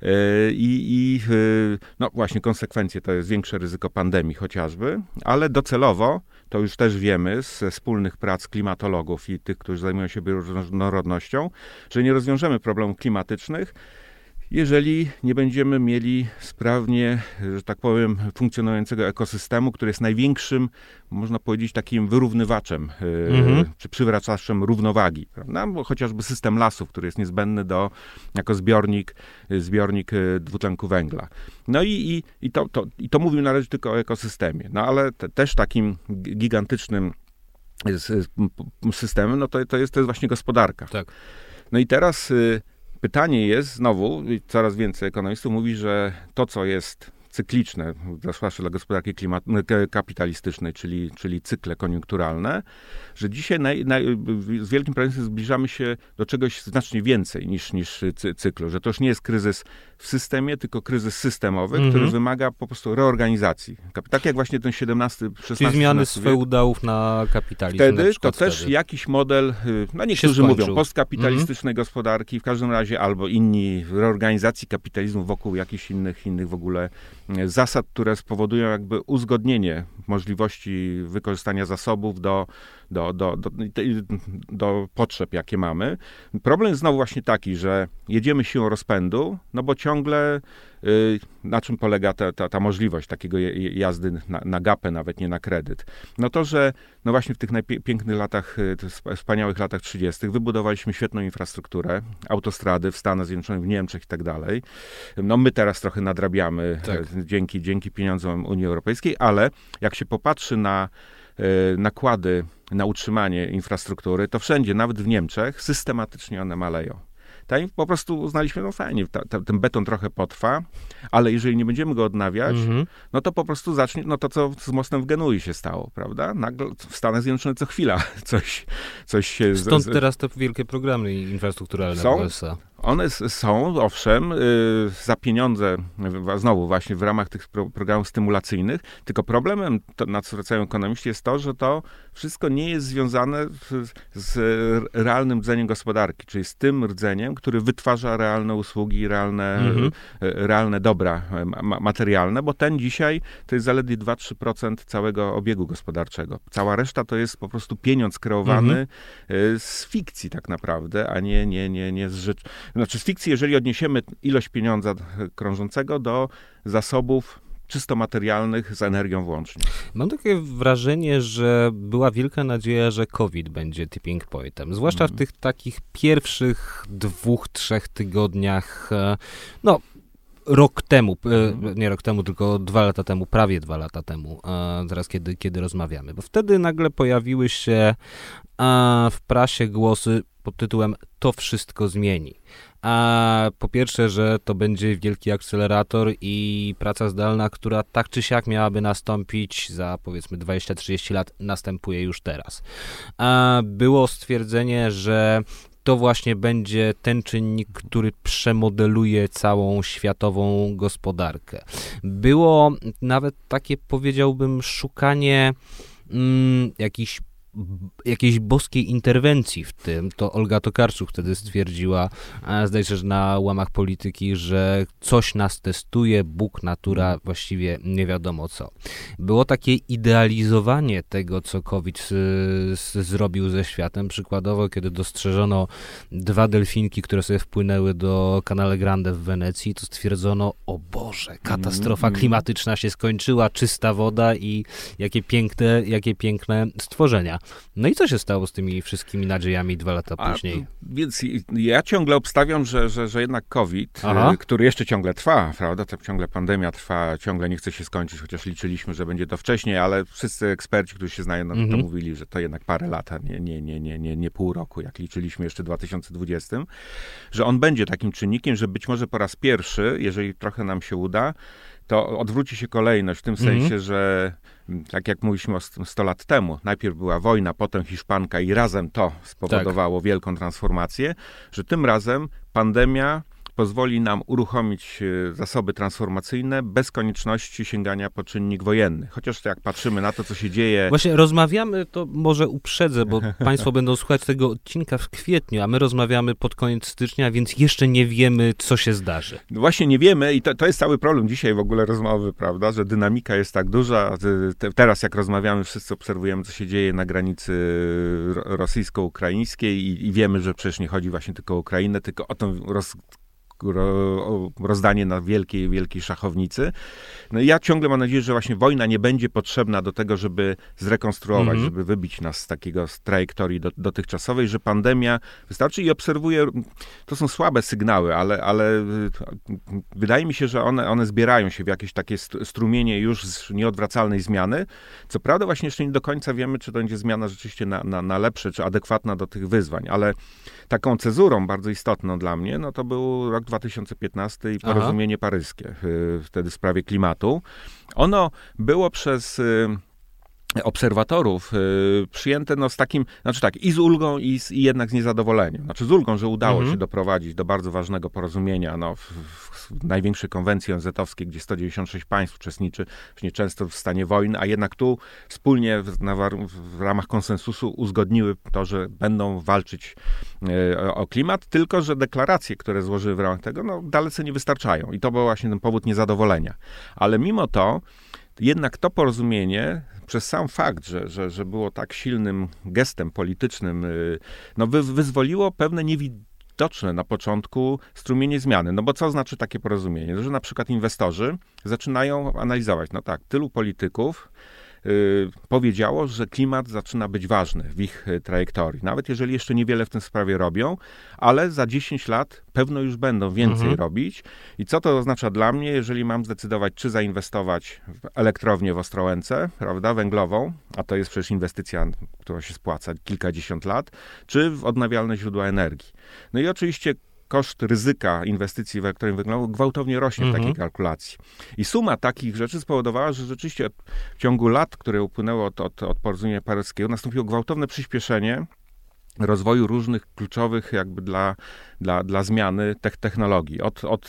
No właśnie konsekwencje to jest większe ryzyko pandemii chociażby, ale docelowo, to już też wiemy ze wspólnych prac klimatologów i tych, którzy zajmują się bioróżnorodnością, że nie rozwiążemy problemów klimatycznych, jeżeli nie będziemy mieli sprawnie, że tak powiem, funkcjonującego ekosystemu, który jest największym, można powiedzieć, takim wyrównywaczem, czy przywracaczem równowagi, prawda? Bo chociażby system lasów, który jest niezbędny jako zbiornik dwutlenku węgla. No i to mówił na razie tylko o ekosystemie, no ale też takim gigantycznym systemem, no to jest właśnie gospodarka. Tak. No i teraz pytanie jest, znowu, coraz więcej ekonomistów mówi, że to, co jest cykliczne, zwłaszcza dla gospodarki kapitalistycznej, czyli cykle koniunkturalne, że dzisiaj z wielkim prawdopodobieństwem zbliżamy się do czegoś znacznie więcej niż cyklu, że to już nie jest kryzys w systemie, tylko kryzys systemowy, który wymaga po prostu reorganizacji. Tak jak właśnie ten XVI Czyli zmiany z feudałów na kapitalizm. Wtedy to też jakiś model, no niektórzy mówią postkapitalistycznej gospodarki, w każdym razie albo inni, reorganizacji kapitalizmu wokół jakichś innych w ogóle zasad, które spowodują jakby uzgodnienie możliwości wykorzystania zasobów do potrzeb, jakie mamy. Problem jest znowu właśnie taki, że jedziemy siłą rozpędu, no bo ciągle na czym polega ta możliwość takiego jazdy na gapę, nawet nie na kredyt? No to, że no właśnie w tych pięknych latach, wspaniałych latach 30. wybudowaliśmy świetną infrastrukturę, autostrady w Stanach Zjednoczonych, w Niemczech i tak dalej. No my teraz trochę nadrabiamy dzięki pieniądzom Unii Europejskiej, ale jak się popatrzy na nakłady na utrzymanie infrastruktury, to wszędzie, nawet w Niemczech, systematycznie one maleją. Po prostu uznaliśmy, no fajnie, ten beton trochę potrwa, ale jeżeli nie będziemy go odnawiać, no to po prostu zacznie, no to co z mostem w Genui się stało, prawda? Nagle w Stanach Zjednoczonych co chwila coś się... Stąd teraz te wielkie programy infrastrukturalne w USA. One są, owszem, za pieniądze, znowu właśnie w ramach tych programów stymulacyjnych, tylko problemem, na co zwracają ekonomiści, jest to, że to wszystko nie jest związane z realnym rdzeniem gospodarki, czyli z tym rdzeniem, który wytwarza realne usługi, realne dobra materialne, bo ten dzisiaj to jest zaledwie 2-3% całego obiegu gospodarczego. Cała reszta to jest po prostu pieniądz kreowany z fikcji tak naprawdę, a nie z rzeczy. Znaczy z fikcji, jeżeli odniesiemy ilość pieniądza krążącego do zasobów czysto materialnych z energią włącznie. Mam takie wrażenie, że była wielka nadzieja, że COVID będzie tipping pointem. Zwłaszcza w tych takich pierwszych 2-3 tygodniach, no rok temu, nie rok temu, tylko 2 lata temu, prawie 2 lata temu, teraz kiedy rozmawiamy. Bo wtedy nagle pojawiły się w prasie głosy pod tytułem "To wszystko zmieni". A po pierwsze, że to będzie wielki akcelerator i praca zdalna, która tak czy siak miałaby nastąpić za powiedzmy 20-30 lat, następuje już teraz. A było stwierdzenie, że to właśnie będzie ten czynnik, który przemodeluje całą światową gospodarkę. Było nawet takie, powiedziałbym, szukanie jakiejś boskiej interwencji w tym. To Olga Tokarczuk wtedy stwierdziła, zdaje się, że na łamach polityki, że coś nas testuje, Bóg, natura, właściwie nie wiadomo co. Było takie idealizowanie tego, co COVID zrobił ze światem. Przykładowo, kiedy dostrzeżono 2 delfinki, które sobie wpłynęły do Canale Grande w Wenecji, to stwierdzono, o Boże, katastrofa klimatyczna się skończyła, czysta woda i jakie piękne stworzenia. No i co się stało z tymi wszystkimi nadziejami 2 lata później? Więc ja ciągle obstawiam, że jednak COVID, który jeszcze ciągle trwa, prawda, ciągle pandemia trwa, ciągle nie chce się skończyć, chociaż liczyliśmy, że będzie to wcześniej, ale wszyscy eksperci, którzy się znają, to mówili, że to jednak parę lat, nie pół roku, jak liczyliśmy jeszcze w 2020, że on będzie takim czynnikiem, że być może po raz pierwszy, jeżeli trochę nam się uda, to odwróci się kolejność w tym sensie, że tak jak mówiliśmy 100 lat temu, najpierw była wojna, potem hiszpanka i razem to spowodowało wielką transformację, że tym razem pandemia pozwoli nam uruchomić zasoby transformacyjne bez konieczności sięgania po czynnik wojenny. Chociaż jak patrzymy na to, co się dzieje... Właśnie rozmawiamy, to może uprzedzę, bo państwo będą słuchać tego odcinka w kwietniu, a my rozmawiamy pod koniec stycznia, więc jeszcze nie wiemy, co się zdarzy. No właśnie nie wiemy i to jest cały problem dzisiaj w ogóle rozmowy, prawda, że dynamika jest tak duża. Teraz jak rozmawiamy, wszyscy obserwujemy, co się dzieje na granicy rosyjsko-ukraińskiej i wiemy, że przecież nie chodzi właśnie tylko o Ukrainę, tylko o tą rozdanie na wielkiej szachownicy. No i ja ciągle mam nadzieję, że właśnie wojna nie będzie potrzebna do tego, żeby zrekonstruować, żeby wybić nas z takiego trajektorii dotychczasowej, że pandemia wystarczy i obserwuję, to są słabe sygnały, ale wydaje mi się, że one zbierają się w jakieś takie strumienie już nieodwracalnej zmiany. Co prawda właśnie jeszcze nie do końca wiemy, czy to będzie zmiana rzeczywiście na lepsze, czy adekwatna do tych wyzwań, ale taką cezurą bardzo istotną dla mnie, no to był rok 2015 i porozumienie paryskie wtedy w sprawie klimatu. Ono było przez obserwatorów przyjęte z takim, i z ulgą, i jednak z niezadowoleniem. Z ulgą, że udało się doprowadzić do bardzo ważnego porozumienia w największej konwencji ONZ-owskiej, gdzie 196 państw uczestniczy, często w stanie wojny, a jednak tu wspólnie w ramach konsensusu uzgodniły to, że będą walczyć o klimat, tylko że deklaracje, które złożyły w ramach tego, dalece nie wystarczają. I to był właśnie ten powód niezadowolenia. Ale mimo to, jednak to porozumienie, przez sam fakt, że było tak silnym gestem politycznym, wyzwoliło pewne niewidoczne na początku strumienie zmiany. Bo co znaczy takie porozumienie? Że na przykład inwestorzy zaczynają analizować, tylu polityków powiedziało, że klimat zaczyna być ważny w ich trajektorii. Nawet jeżeli jeszcze niewiele w tym sprawie robią, ale za 10 lat pewno już będą więcej robić. I co to oznacza dla mnie, jeżeli mam zdecydować, czy zainwestować w elektrownię w Ostrołęce, prawda, węglową, a to jest przecież inwestycja, która się spłaca kilkadziesiąt lat, czy w odnawialne źródła energii. I oczywiście koszt ryzyka inwestycji w elektrownię węglową gwałtownie rośnie w takiej kalkulacji. I suma takich rzeczy spowodowała, że rzeczywiście w ciągu lat, które upłynęło od porozumienia paryskiego, nastąpiło gwałtowne przyspieszenie rozwoju różnych kluczowych dla zmiany technologii.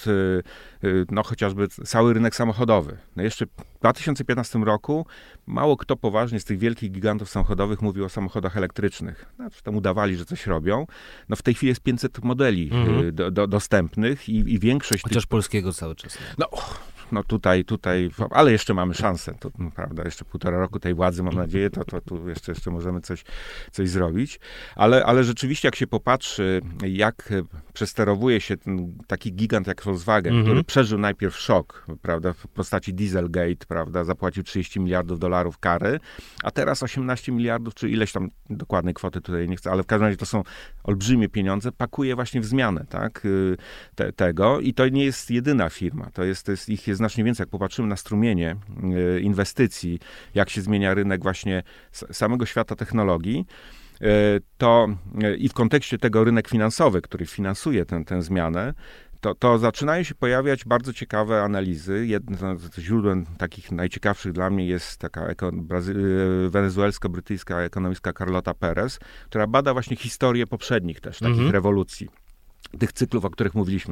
Chociażby cały rynek samochodowy. Jeszcze w 2015 roku mało kto poważnie z tych wielkich gigantów samochodowych mówił o samochodach elektrycznych. Tam udawali, że coś robią. W tej chwili jest 500 modeli dostępnych i większość... Chociaż polskiego cały czas. Tutaj, ale jeszcze mamy szansę, prawda, jeszcze 1,5 roku tej władzy, mam nadzieję, to tu jeszcze możemy coś zrobić, ale rzeczywiście jak się popatrzy, jak przesterowuje się ten taki gigant jak Volkswagen, który przeżył najpierw szok, prawda, w postaci Dieselgate, prawda, zapłacił $30 miliardów kary, a teraz 18 miliardów, czy ileś tam dokładnej kwoty tutaj nie chcę, ale w każdym razie to są olbrzymie pieniądze, pakuje właśnie w zmianę, tak, tego i to nie jest jedyna firma, ich jest znacznie więcej. Jak popatrzymy na strumienie inwestycji, jak się zmienia rynek właśnie samego świata technologii, to i w kontekście tego rynek finansowy, który finansuje tę zmianę, to zaczynają się pojawiać bardzo ciekawe analizy. Jednym z źródeł takich najciekawszych dla mnie jest taka wenezuelsko-brytyjska ekonomistka Carlota Perez, która bada właśnie historię poprzednich też takich rewolucji. Tych cyklów, o których mówiliśmy,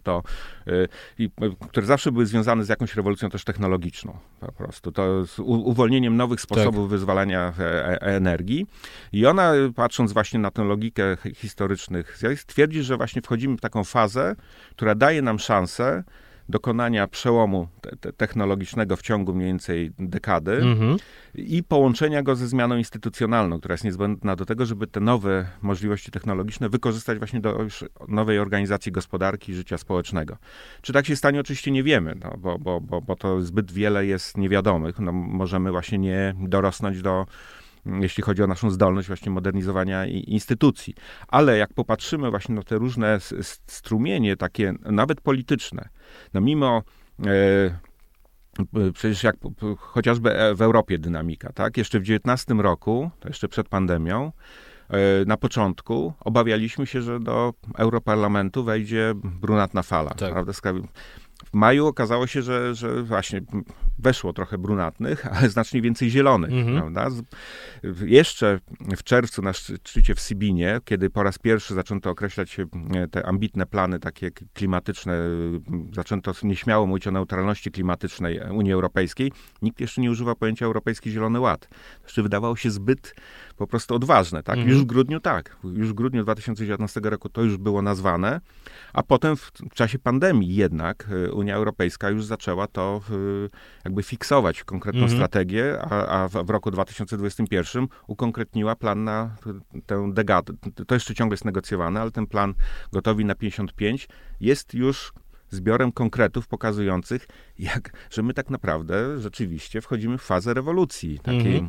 które zawsze były związane z jakąś rewolucją też technologiczną, po prostu. To z uwolnieniem nowych sposobów wyzwalania energii. I ona, patrząc właśnie na tę logikę historycznych zjawisk, twierdzi, że właśnie wchodzimy w taką fazę, która daje nam szansę dokonania przełomu technologicznego w ciągu mniej więcej dekady i połączenia go ze zmianą instytucjonalną, która jest niezbędna do tego, żeby te nowe możliwości technologiczne wykorzystać właśnie do już nowej organizacji gospodarki i życia społecznego. Czy tak się stanie? Oczywiście nie wiemy, bo to zbyt wiele jest niewiadomych. Możemy właśnie nie dorosnąć jeśli chodzi o naszą zdolność właśnie modernizowania instytucji. Ale jak popatrzymy właśnie na te różne strumienie, takie nawet polityczne, mimo przecież jak chociażby w Europie dynamika, tak? Jeszcze w 2019 roku, to jeszcze przed pandemią, na początku obawialiśmy się, że do Europarlamentu wejdzie brunatna fala. Tak. Prawda? W maju okazało się, że właśnie weszło trochę brunatnych, ale znacznie więcej zielonych. Prawda? Jeszcze w czerwcu na szczycie w Sibinie, kiedy po raz pierwszy zaczęto określać te ambitne plany takie klimatyczne, zaczęto nieśmiało mówić o neutralności klimatycznej Unii Europejskiej, nikt jeszcze nie używa pojęcia Europejski Zielony Ład. Jeszcze wydawało się zbyt po prostu odważne. Tak? Już w grudniu już w grudniu 2019 roku to już było nazwane, a potem w czasie pandemii jednak Unia Europejska już zaczęła to jakby fiksować w konkretną strategię, a w roku 2021 ukonkretniła plan na tę dekadę. To jeszcze ciągle jest negocjowane, ale ten plan gotowy na 55 jest już zbiorem konkretów pokazujących, że my tak naprawdę rzeczywiście wchodzimy w fazę rewolucji takiej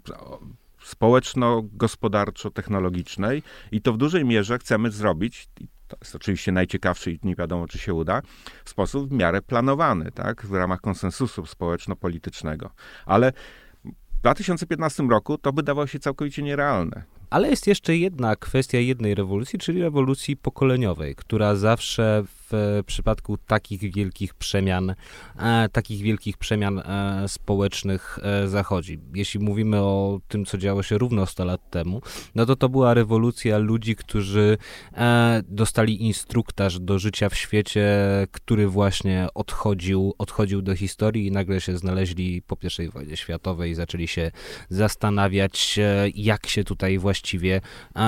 społeczno-gospodarczo-technologicznej i to w dużej mierze chcemy zrobić, to jest oczywiście najciekawsze i nie wiadomo, czy się uda, w sposób w miarę planowany, tak, w ramach konsensusu społeczno-politycznego. Ale w 2015 roku to wydawało się całkowicie nierealne. Ale jest jeszcze jedna kwestia jednej rewolucji, czyli rewolucji pokoleniowej, która zawsze w przypadku takich wielkich przemian społecznych zachodzi. Jeśli mówimy o tym, co działo się równo 100 lat temu, no to była rewolucja ludzi, którzy dostali instruktaż do życia w świecie, który właśnie odchodził do historii i nagle się znaleźli po I wojnie światowej i zaczęli się zastanawiać, jak się tutaj właściwie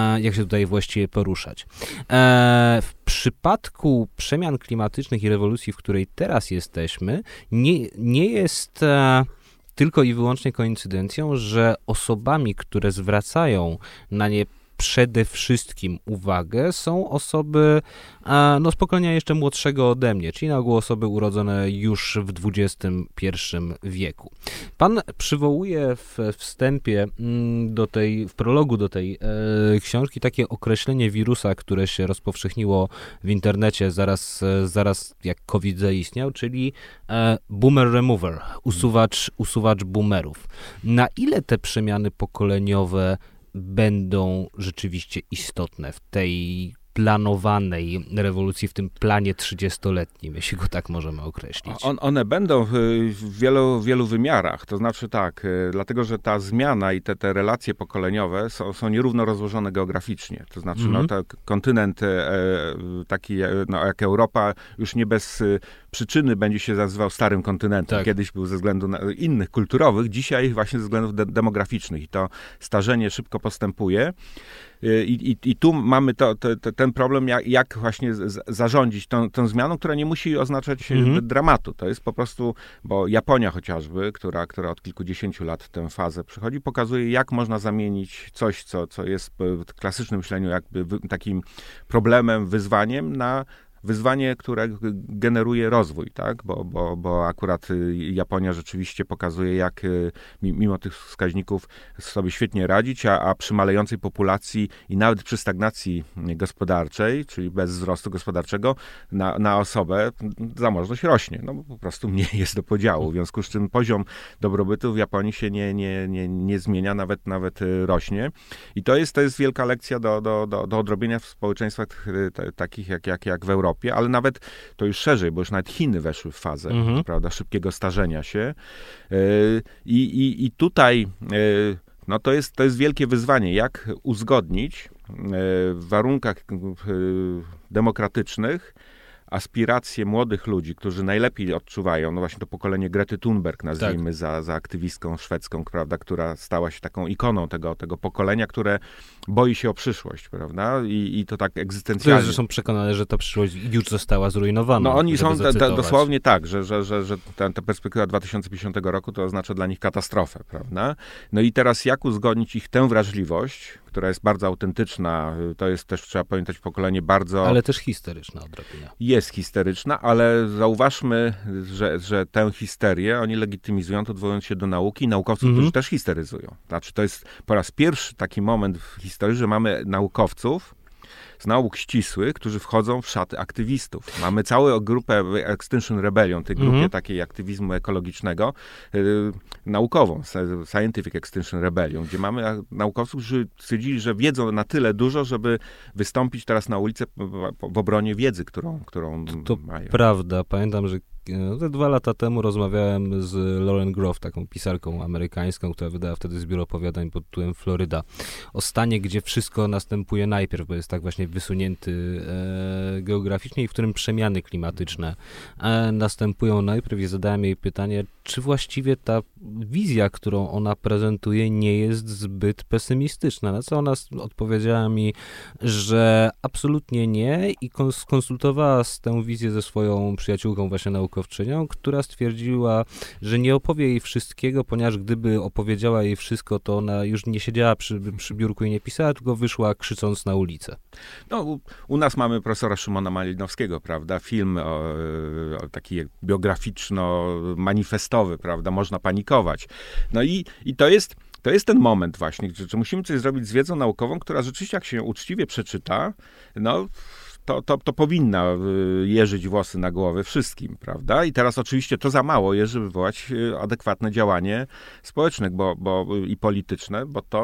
poruszać. W przypadku przemian klimatycznych i rewolucji, w której teraz jesteśmy, nie jest tylko i wyłącznie koincydencją, że osobami, które zwracają na nie przede wszystkim uwagę, są osoby z pokolenia jeszcze młodszego ode mnie, czyli na ogół osoby urodzone już w XXI wieku. Pan przywołuje w wstępie w prologu do tej książki takie określenie wirusa, które się rozpowszechniło w internecie zaraz jak COVID zaistniał, czyli boomer remover, usuwacz boomerów. Na ile te przemiany pokoleniowe będą rzeczywiście istotne w tej planowanej rewolucji, w tym planie 30-letnim, jeśli go tak możemy określić? One będą w wielu wymiarach. To znaczy tak, dlatego, że ta zmiana i te relacje pokoleniowe są nierówno rozłożone geograficznie. To znaczy, kontynent taki jak Europa już nie bez przyczyny będzie się nazywał starym kontynentem. Tak. Kiedyś był ze względu na innych kulturowych, dzisiaj właśnie ze względów demograficznych. I to starzenie szybko postępuje. I tu mamy ten problem, jak właśnie zarządzić tą zmianą, która nie musi oznaczać dramatu. To jest po prostu, bo Japonia chociażby, która od kilkudziesięciu lat tę fazę przechodzi, pokazuje, jak można zamienić coś, co jest w klasycznym myśleniu jakby takim problemem, wyzwaniem, na wyzwanie, które generuje rozwój, tak? Bo akurat Japonia rzeczywiście pokazuje, jak mimo tych wskaźników sobie świetnie radzić, a przy malejącej populacji i nawet przy stagnacji gospodarczej, czyli bez wzrostu gospodarczego, na osobę zamożność rośnie. No bo po prostu mniej jest do podziału. W związku z czym poziom dobrobytu w Japonii się nie zmienia, nawet rośnie. I to jest wielka lekcja do odrobienia w społeczeństwach takich jak w Europie. Ale nawet to już szerzej, bo już nawet Chiny weszły w fazę, prawda, szybkiego starzenia się. I tutaj to jest wielkie wyzwanie, jak uzgodnić w warunkach demokratycznych aspiracje młodych ludzi, którzy najlepiej odczuwają, właśnie to pokolenie Grety Thunberg, nazwijmy, tak, za aktywistką szwedzką, prawda, która stała się taką ikoną tego pokolenia, które boi się o przyszłość, prawda, i to tak egzystencjalnie. Że są przekonane, że ta przyszłość już została zrujnowana. No oni są dosłownie tak, że ta perspektywa 2050 roku to oznacza dla nich katastrofę, prawda. No i teraz jak uzgodnić ich tę wrażliwość, która jest bardzo autentyczna, to jest też, trzeba pamiętać, pokolenie bardzo... Ale też historyczna odrobina. Jest historyczna, ale zauważmy, że tę histerię oni legitymizują, odwołując się do nauki i naukowców, którzy też histeryzują. Znaczy, to jest po raz pierwszy taki moment w historii, że mamy naukowców z nauk ścisłych, którzy wchodzą w szaty aktywistów. Mamy całą grupę Extinction Rebellion, tej grupie takiej aktywizmu ekologicznego, naukową, Scientific Extinction Rebellion, gdzie mamy naukowców, którzy stwierdzili, że wiedzą na tyle dużo, żeby wystąpić teraz na ulicę w obronie wiedzy, którą mają. To prawda. Pamiętam, że 2 lata temu rozmawiałem z Lauren Groff, taką pisarką amerykańską, która wydała wtedy zbiór opowiadań pod tytułem Floryda, o stanie, gdzie wszystko następuje najpierw, bo jest tak właśnie wysunięty geograficznie i w którym przemiany klimatyczne następują najpierw. I zadałem jej pytanie, czy właściwie ta wizja, którą ona prezentuje, nie jest zbyt pesymistyczna. Na co ona odpowiedziała mi, że absolutnie nie i skonsultowała tę wizję ze swoją przyjaciółką właśnie naukowczynią, która stwierdziła, że nie opowie jej wszystkiego, ponieważ gdyby opowiedziała jej wszystko, to ona już nie siedziała przy biurku i nie pisała, tylko wyszła krzycząc na ulicę. No, u nas mamy profesora Szymona Malinowskiego, prawda, film taki biograficzno-manifestowy, prawda, można panikować. No i to jest ten moment właśnie, że musimy coś zrobić z wiedzą naukową, która rzeczywiście, jak się uczciwie przeczyta, no to powinna jeżyć włosy na głowy wszystkim, prawda? I teraz oczywiście to za mało jest, żeby wywołać adekwatne działanie społeczne i polityczne, bo to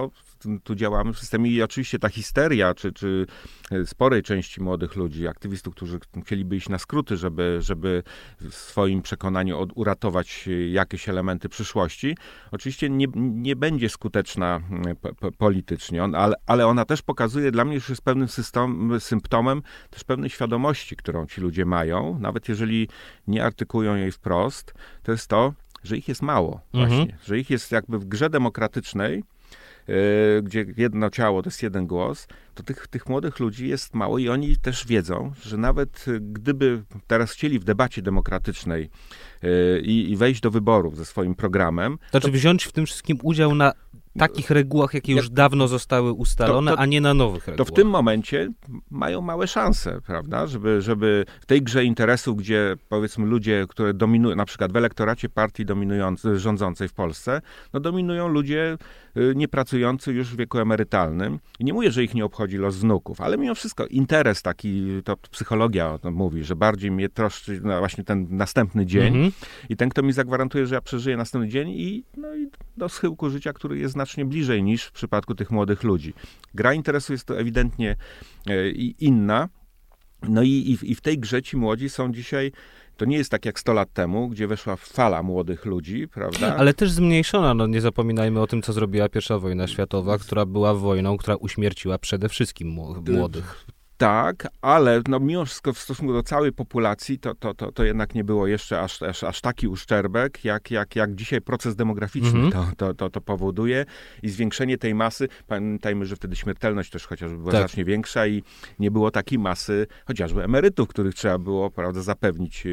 tu działamy w systemie i oczywiście ta histeria, czy sporej części młodych ludzi, aktywistów, którzy chcieliby iść na skróty, żeby w swoim przekonaniu uratować jakieś elementy przyszłości, oczywiście nie będzie skuteczna politycznie, ale ona też pokazuje dla mnie, że jest pewnym symptomem też pewnej świadomości, którą ci ludzie mają, nawet jeżeli nie artykułują jej wprost, to jest to, że ich jest mało właśnie, że ich jest jakby w grze demokratycznej, gdzie jedno ciało to jest jeden głos, to tych młodych ludzi jest mało i oni też wiedzą, że nawet gdyby teraz chcieli w debacie demokratycznej i wejść do wyborów ze swoim programem... Znaczy wziąć w tym wszystkim udział na takich regułach, jakie już dawno zostały ustalone, a nie na nowych regułach. To w tym momencie mają małe szanse, prawda, żeby w tej grze interesów, gdzie powiedzmy ludzie, które dominują, na przykład w elektoracie partii rządzącej w Polsce, no dominują ludzie niepracujący już w wieku emerytalnym. I nie mówię, że ich nie obchodzi los wnuków, ale mimo wszystko interes taki, to psychologia o tym mówi, że bardziej mnie troszczy właśnie ten następny dzień i ten, kto mi zagwarantuje, że ja przeżyję następny dzień i do schyłku życia, który jest znacznie bliżej niż w przypadku tych młodych ludzi. Gra interesu jest to ewidentnie inna. No i w tej grze ci młodzi są dzisiaj, to nie jest tak jak 100 lat temu, gdzie weszła fala młodych ludzi, prawda? Ale też zmniejszona, no nie zapominajmy o tym, co zrobiła I wojna światowa, która była wojną, która uśmierciła przede wszystkim młodych. Tak, ale no mimo wszystko w stosunku do całej populacji to jednak nie było jeszcze aż taki uszczerbek, jak dzisiaj proces demograficzny to powoduje i zwiększenie tej masy. Pamiętajmy, że wtedy śmiertelność też chociażby była znacznie większa i nie było takiej masy chociażby emerytów, których trzeba było, prawda, zapewnić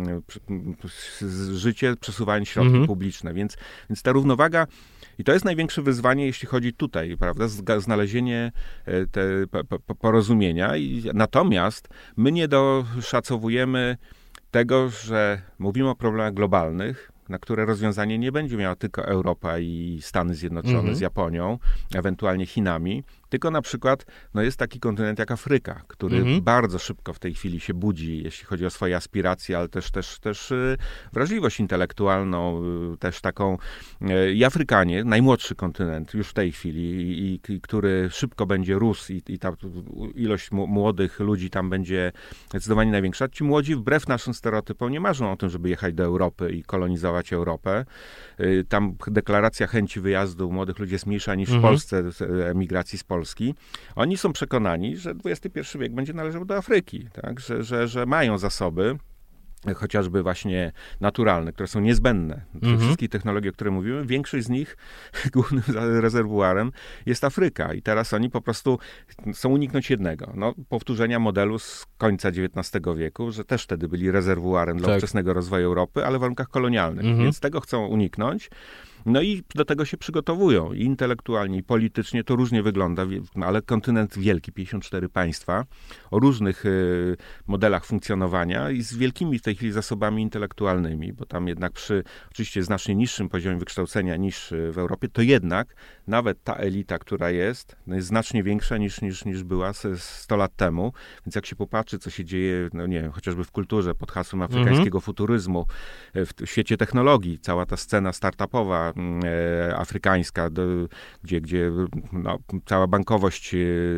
życie, przesuwając środki publiczne. Więc ta równowaga i to jest największe wyzwanie, jeśli chodzi tutaj, prawda, znalezienie porozumienia. Natomiast my nie doszacowujemy tego, że mówimy o problemach globalnych, na które rozwiązanie nie będzie miała tylko Europa i Stany Zjednoczone z Japonią, ewentualnie Chinami, tylko na przykład jest taki kontynent jak Afryka, który bardzo szybko w tej chwili się budzi, jeśli chodzi o swoje aspiracje, ale też wrażliwość intelektualną, też taką i Afrykanie, najmłodszy kontynent już w tej chwili i który szybko będzie rósł i ta ilość młodych ludzi tam będzie zdecydowanie największa. Ci młodzi wbrew naszym stereotypom nie marzą o tym, żeby jechać do Europy i kolonizować Europę. Tam deklaracja chęci wyjazdu młodych ludzi jest mniejsza niż w Polsce, emigracji z Polski. Oni są przekonani, że XXI wiek będzie należał do Afryki, tak? Że mają zasoby, chociażby właśnie naturalne, które są niezbędne. Tych wszystkich technologii, o których mówimy, większość z nich, głównym rezerwuarem jest Afryka. I teraz oni po prostu chcą uniknąć jednego. Powtórzenia modelu z końca XIX wieku, że też wtedy byli rezerwuarem dla ówczesnego rozwoju Europy, ale w warunkach kolonialnych. Więc tego chcą uniknąć. No i do tego się przygotowują. I intelektualnie, i politycznie to różnie wygląda, ale kontynent wielki, 54 państwa, o różnych modelach funkcjonowania i z wielkimi w tej chwili zasobami intelektualnymi, bo tam jednak przy oczywiście znacznie niższym poziomie wykształcenia niż w Europie, to jednak nawet ta elita, która jest znacznie większa niż była 100 lat temu. Więc jak się popatrzy, co się dzieje, nie wiem, chociażby w kulturze pod hasłem afrykańskiego futuryzmu, w świecie technologii, cała ta scena startupowa, afrykańska, gdzie cała bankowość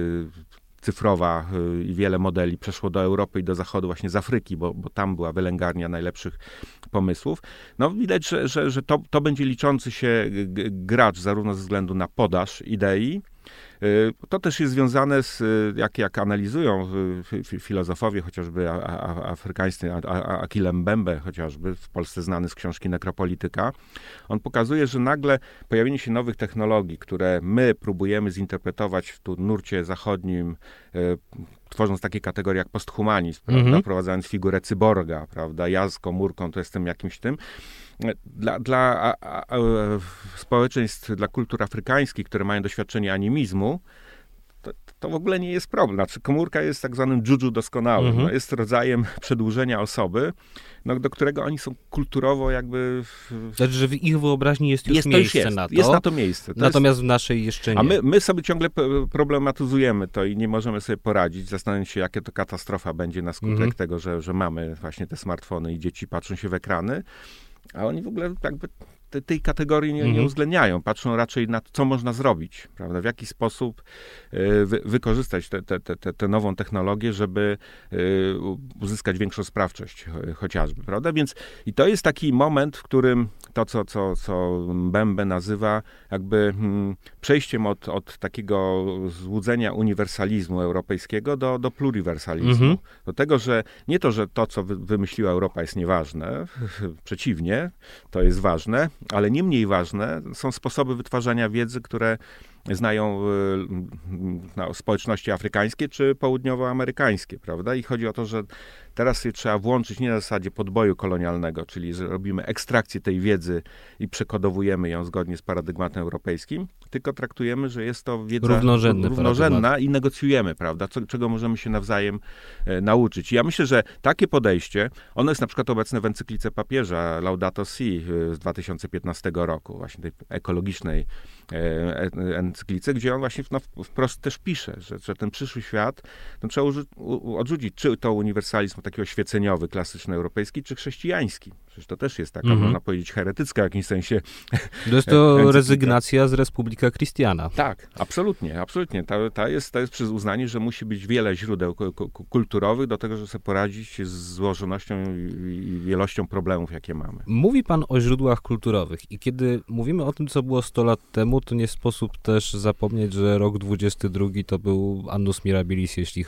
cyfrowa i wiele modeli przeszło do Europy i do Zachodu właśnie z Afryki, bo tam była wylęgarnia najlepszych pomysłów. Widać, że to będzie liczący się gracz zarówno ze względu na podaż idei. To też jest związane z, jak analizują filozofowie, chociażby afrykańscy, Achille Mbembe chociażby, w Polsce znany z książki Nekropolityka, on pokazuje, że nagle pojawienie się nowych technologii, które my próbujemy zinterpretować w tu nurcie zachodnim, tworząc takie kategorie jak posthumanizm, prawda, wprowadzając figurę cyborga, prawda, ja z komórką to jestem jakimś tym. Dla społeczeństw, dla kultur afrykańskich, które mają doświadczenie animizmu, to w ogóle nie jest problem. Znaczy, komórka jest tak zwanym dżudżu doskonałym. Jest rodzajem przedłużenia osoby, do którego oni są kulturowo jakby... Znaczy, że w ich wyobraźni jest już miejsce na to. Jest na to miejsce. Natomiast w naszej jeszcze nie. A my sobie ciągle problematyzujemy to i nie możemy sobie poradzić, zastanawiając się, jakie to katastrofa będzie na skutek tego, że mamy właśnie te smartfony i dzieci patrzą się w ekrany, a oni w ogóle jakby tej kategorii nie uwzględniają. Patrzą raczej na to, co można zrobić, prawda? W jaki sposób wykorzystać tę nową technologię, żeby uzyskać większą sprawczość chociażby, prawda? Więc i to jest taki moment, w którym to, co Mbembe nazywa jakby przejściem od takiego złudzenia uniwersalizmu europejskiego do pluriversalizmu. Do tego, że nie to, że to, co wymyśliła Europa, jest nieważne, przeciwnie, to jest ważne, ale nie mniej ważne są sposoby wytwarzania wiedzy, które znają społeczności afrykańskie czy południowoamerykańskie, prawda? I chodzi o to, że teraz je trzeba włączyć nie na zasadzie podboju kolonialnego, czyli że robimy ekstrakcję tej wiedzy i przekodowujemy ją zgodnie z paradygmatem europejskim, tylko traktujemy, że jest to wiedza równorzędna i negocjujemy, prawda? Czego możemy się nawzajem nauczyć. I ja myślę, że takie podejście, ono jest na przykład obecne w encyklice papieża Laudato Si z 2015 roku, właśnie tej ekologicznej encyklice, gdzie on właśnie wprost też pisze, że ten przyszły świat trzeba odrzucić, czy to uniwersalizm taki oświeceniowy, klasyczny europejski, czy chrześcijański. Przecież to też jest taka, można powiedzieć, heretycka w jakimś sensie. To jest to rezygnacja z Republika Christiana. Tak, absolutnie, absolutnie. To jest przez uznanie, że musi być wiele źródeł kulturowych do tego, żeby sobie poradzić z złożonością i wielością problemów, jakie mamy. Mówi pan o źródłach kulturowych i kiedy mówimy o tym, co było 100 lat temu, to nie sposób też zapomnieć, że rok 22 to był annus mirabilis, jeśli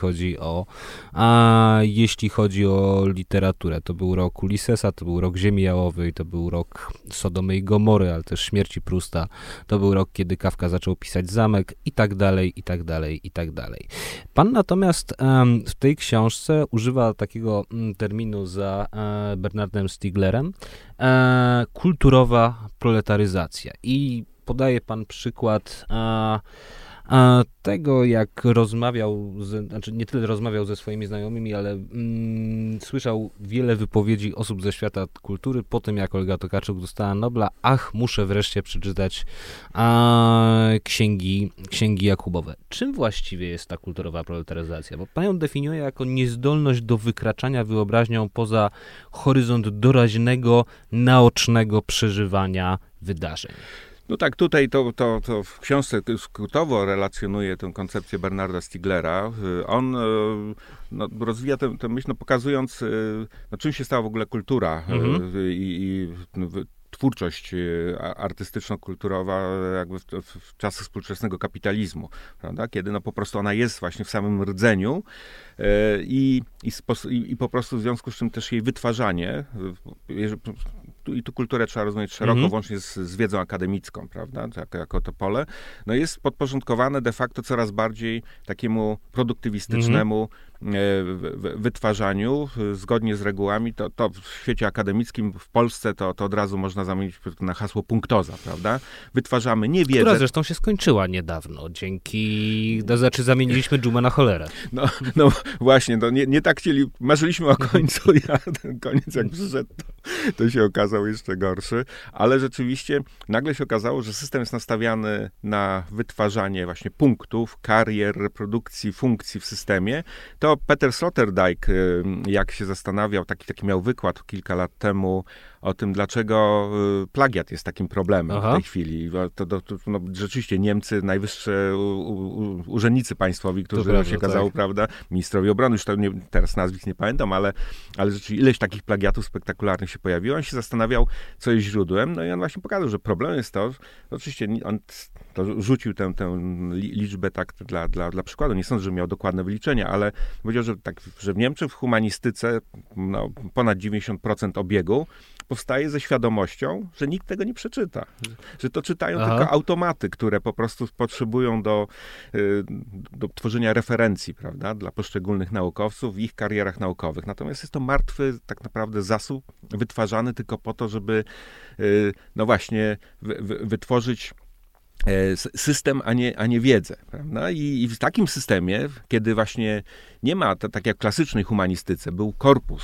chodzi o literaturę. To był rok Ulyssesa, to był rok Ziemi Jałowej, to był rok Sodomy i Gomory, ale też śmierci Prusta. To był rok, kiedy Kafka zaczął pisać Zamek i tak dalej, i tak dalej, i tak dalej. Pan natomiast w tej książce używa takiego terminu za Bernardem Stieglerem, kulturowa proletaryzacja. I podaje pan przykład tego, jak rozmawiał, znaczy nie tyle rozmawiał ze swoimi znajomymi, ale słyszał wiele wypowiedzi osób ze świata kultury po tym, jak Olga Tokarczuk dostała Nobla. Muszę wreszcie przeczytać księgi Jakubowe. Czym właściwie jest ta kulturowa proletaryzacja? Bo pan ją definiuje jako niezdolność do wykraczania wyobraźnią poza horyzont doraźnego, naocznego przeżywania wydarzeń. No tak, tutaj to w książce skrótowo relacjonuje tę koncepcję Bernarda Stieglera. On rozwija tę myśl, pokazując, czym się stała w ogóle kultura i twórczość artystyczno-kulturowa jakby w czasach współczesnego kapitalizmu, prawda? Kiedy po prostu ona jest właśnie w samym rdzeniu i po prostu w związku z czym też jej wytwarzanie, i tu kulturę trzeba rozumieć szeroko, włącznie z wiedzą akademicką, prawda, jako to pole, jest podporządkowane de facto coraz bardziej takiemu produktywistycznemu wytwarzaniu, zgodnie z regułami. To w świecie akademickim, w Polsce to od razu można zamienić na hasło punktoza, prawda? Wytwarzamy nie wiedzę. Która zresztą się skończyła niedawno, zamieniliśmy dżumę na cholerę. No właśnie, nie tak marzyliśmy o końcu, ten koniec jak przyszedł, to się okazał jeszcze gorszy, ale rzeczywiście nagle się okazało, że system jest nastawiany na wytwarzanie właśnie punktów, karier, reprodukcji, funkcji w systemie. To Peter Sloterdijk, jak się zastanawiał, taki miał wykład kilka lat temu o tym, dlaczego plagiat jest takim problemem w tej chwili. Rzeczywiście Niemcy, najwyższe urzędnicy państwowi, którzy się okazało, prawda, ministrowie obrony, już teraz nazwisk nie pamiętam, ale rzeczywiście ileś takich plagiatów spektakularnych się pojawiło. On się zastanawiał, co jest źródłem, i on właśnie pokazał, że problem jest to, że oczywiście on rzucił tę liczbę tak dla przykładu. Nie sądzę, że miał dokładne wyliczenia, ale powiedział, że w Niemczech w humanistyce ponad 90% obiegu powstaje ze świadomością, że nikt tego nie przeczyta. Że to czytają tylko automaty, które po prostu potrzebują do tworzenia referencji, prawda, dla poszczególnych naukowców w ich karierach naukowych. Natomiast jest to martwy tak naprawdę zasób wytwarzany tylko po to, żeby właśnie wytworzyć system, a nie wiedzę, prawda? I w takim systemie, kiedy właśnie nie ma, tak jak w klasycznej humanistyce, był korpus,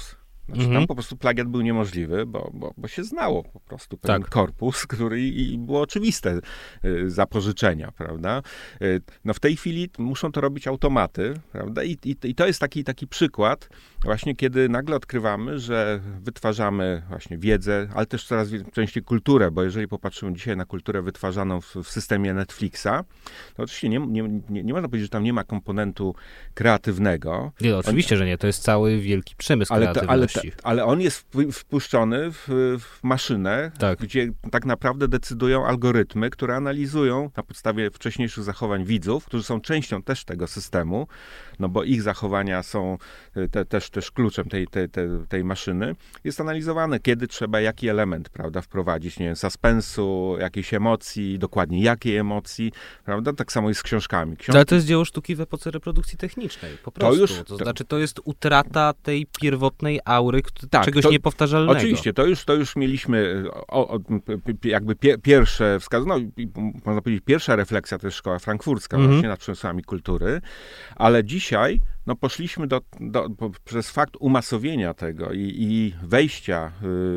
Znaczy, tam po prostu plagiat był niemożliwy, bo się znało po prostu pewien korpus, który i było oczywiste zapożyczenia, prawda? No w tej chwili muszą to robić automaty, prawda? I to jest taki przykład właśnie, kiedy nagle odkrywamy, że wytwarzamy właśnie wiedzę, ale też coraz częściej kulturę, bo jeżeli popatrzymy dzisiaj na kulturę wytwarzaną w systemie Netflixa, to oczywiście nie można powiedzieć, że tam nie ma komponentu kreatywnego. Nie, oczywiście, że nie. To jest cały wielki przemysł kreatywności. Ale on jest wpuszczony w maszynę, gdzie tak naprawdę decydują algorytmy, które analizują na podstawie wcześniejszych zachowań widzów, którzy są częścią też tego systemu, no bo ich zachowania są też kluczem tej maszyny. Jest analizowane, kiedy trzeba jaki element, prawda, wprowadzić, nie wiem, suspensu, jakiejś emocji, dokładnie jakiej emocji, prawda? Tak samo jest z książkami. Ale to jest dzieło sztuki w epoce reprodukcji technicznej, po prostu. To znaczy, to jest utrata tej pierwotnej aury, czegoś niepowtarzalnego. Oczywiście, to już mieliśmy jakby pierwsze wskazane, no, można powiedzieć, pierwsza refleksja to jest szkoła frankfurcka właśnie nad przemysłami kultury, ale dzisiaj poszliśmy przez fakt umasowienia tego i wejścia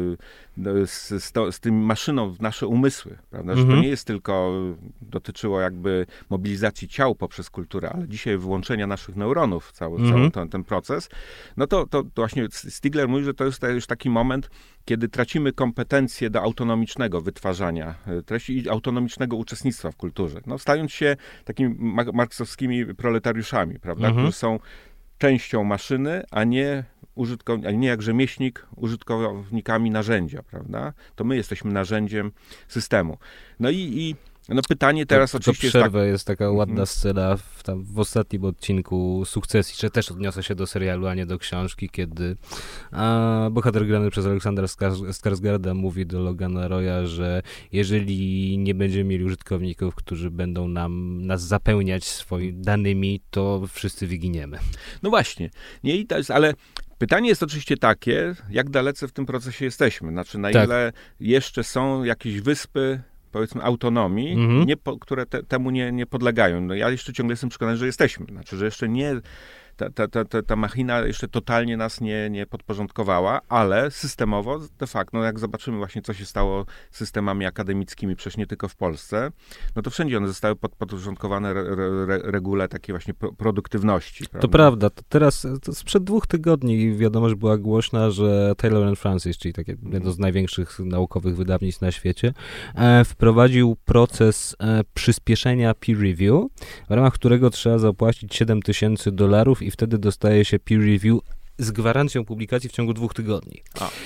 z tym maszyną w nasze umysły, prawda? Że to nie jest tylko, dotyczyło jakby mobilizacji ciał poprzez kulturę, ale dzisiaj wyłączenia naszych neuronów w cały ten proces, no to właśnie Stigler mówi, że to jest już taki moment, kiedy tracimy kompetencje do autonomicznego wytwarzania treści i autonomicznego uczestnictwa w kulturze. No, stając się takimi marksowskimi proletariuszami, prawda, którzy są częścią maszyny, a nie jak rzemieślnik użytkownikami narzędzia, prawda? To my jesteśmy narzędziem systemu. No i pytanie teraz oczywiście jest taka ładna scena w ostatnim odcinku Sukcesji, że też odniosę się do serialu, a nie do książki, kiedy bohater grany przez Aleksandra Skarsgarda mówi do Logana Roya, że jeżeli nie będziemy mieli użytkowników, którzy będą nas zapełniać swoimi danymi, to wszyscy wyginiemy. No właśnie. Nie, i to jest, ale pytanie jest oczywiście takie, jak dalece w tym procesie jesteśmy. Znaczy, na ile jeszcze są jakieś wyspy, powiedzmy, autonomii, które temu nie podlegają. No ja jeszcze ciągle jestem przekonany, że jesteśmy. Znaczy, że jeszcze nie... Ta machina jeszcze totalnie nas nie podporządkowała, ale systemowo de facto, jak zobaczymy właśnie, co się stało z systemami akademickimi, przecież nie tylko w Polsce, no to wszędzie one zostały podporządkowane regule takiej właśnie produktywności. Prawda? To prawda. To teraz, sprzed 2 tygodni wiadomość była głośna, że Taylor & Francis, czyli takie jedno z największych naukowych wydawnictw na świecie, wprowadził proces przyspieszenia peer review, w ramach którego trzeba zapłacić $7,000 i wtedy dostaje się peer review z gwarancją publikacji w ciągu 2 tygodni.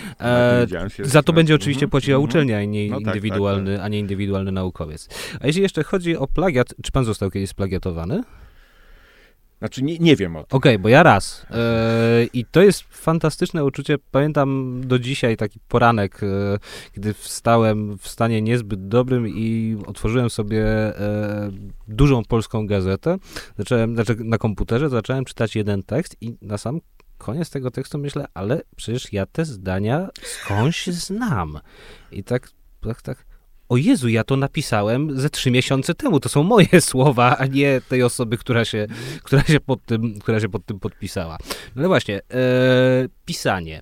Za to będzie oczywiście płaciła uczelnia, a nie indywidualny naukowiec. A jeśli jeszcze chodzi o plagiat, czy pan został kiedyś splagiatowany? Znaczy, nie wiem o tym. Okej, bo ja raz. I to jest fantastyczne uczucie. Pamiętam do dzisiaj taki poranek, kiedy wstałem w stanie niezbyt dobrym i otworzyłem sobie dużą polską gazetę. Na komputerze zacząłem czytać jeden tekst i na sam koniec tego tekstu myślę, ale przecież ja te zdania skądś znam. I tak. O Jezu, ja to napisałem ze 3 miesiące temu. To są moje słowa, a nie tej osoby, która się pod tym podpisała. No ale właśnie, pisanie.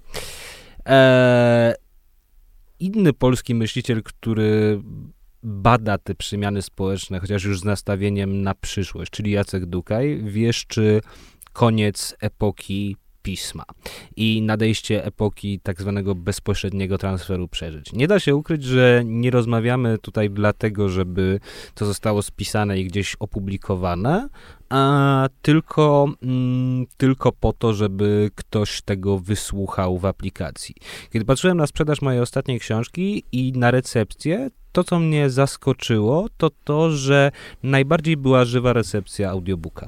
Inny polski myśliciel, który bada te przemiany społeczne, chociaż już z nastawieniem na przyszłość, czyli Jacek Dukaj, wieszczy koniec epoki pisma i nadejście epoki tak zwanego bezpośredniego transferu przeżyć. Nie da się ukryć, że nie rozmawiamy tutaj dlatego, żeby to zostało spisane i gdzieś opublikowane, a tylko po to, żeby ktoś tego wysłuchał w aplikacji. Kiedy patrzyłem na sprzedaż mojej ostatniej książki i na recepcję, to, co mnie zaskoczyło, to, że najbardziej była żywa recepcja audiobooka.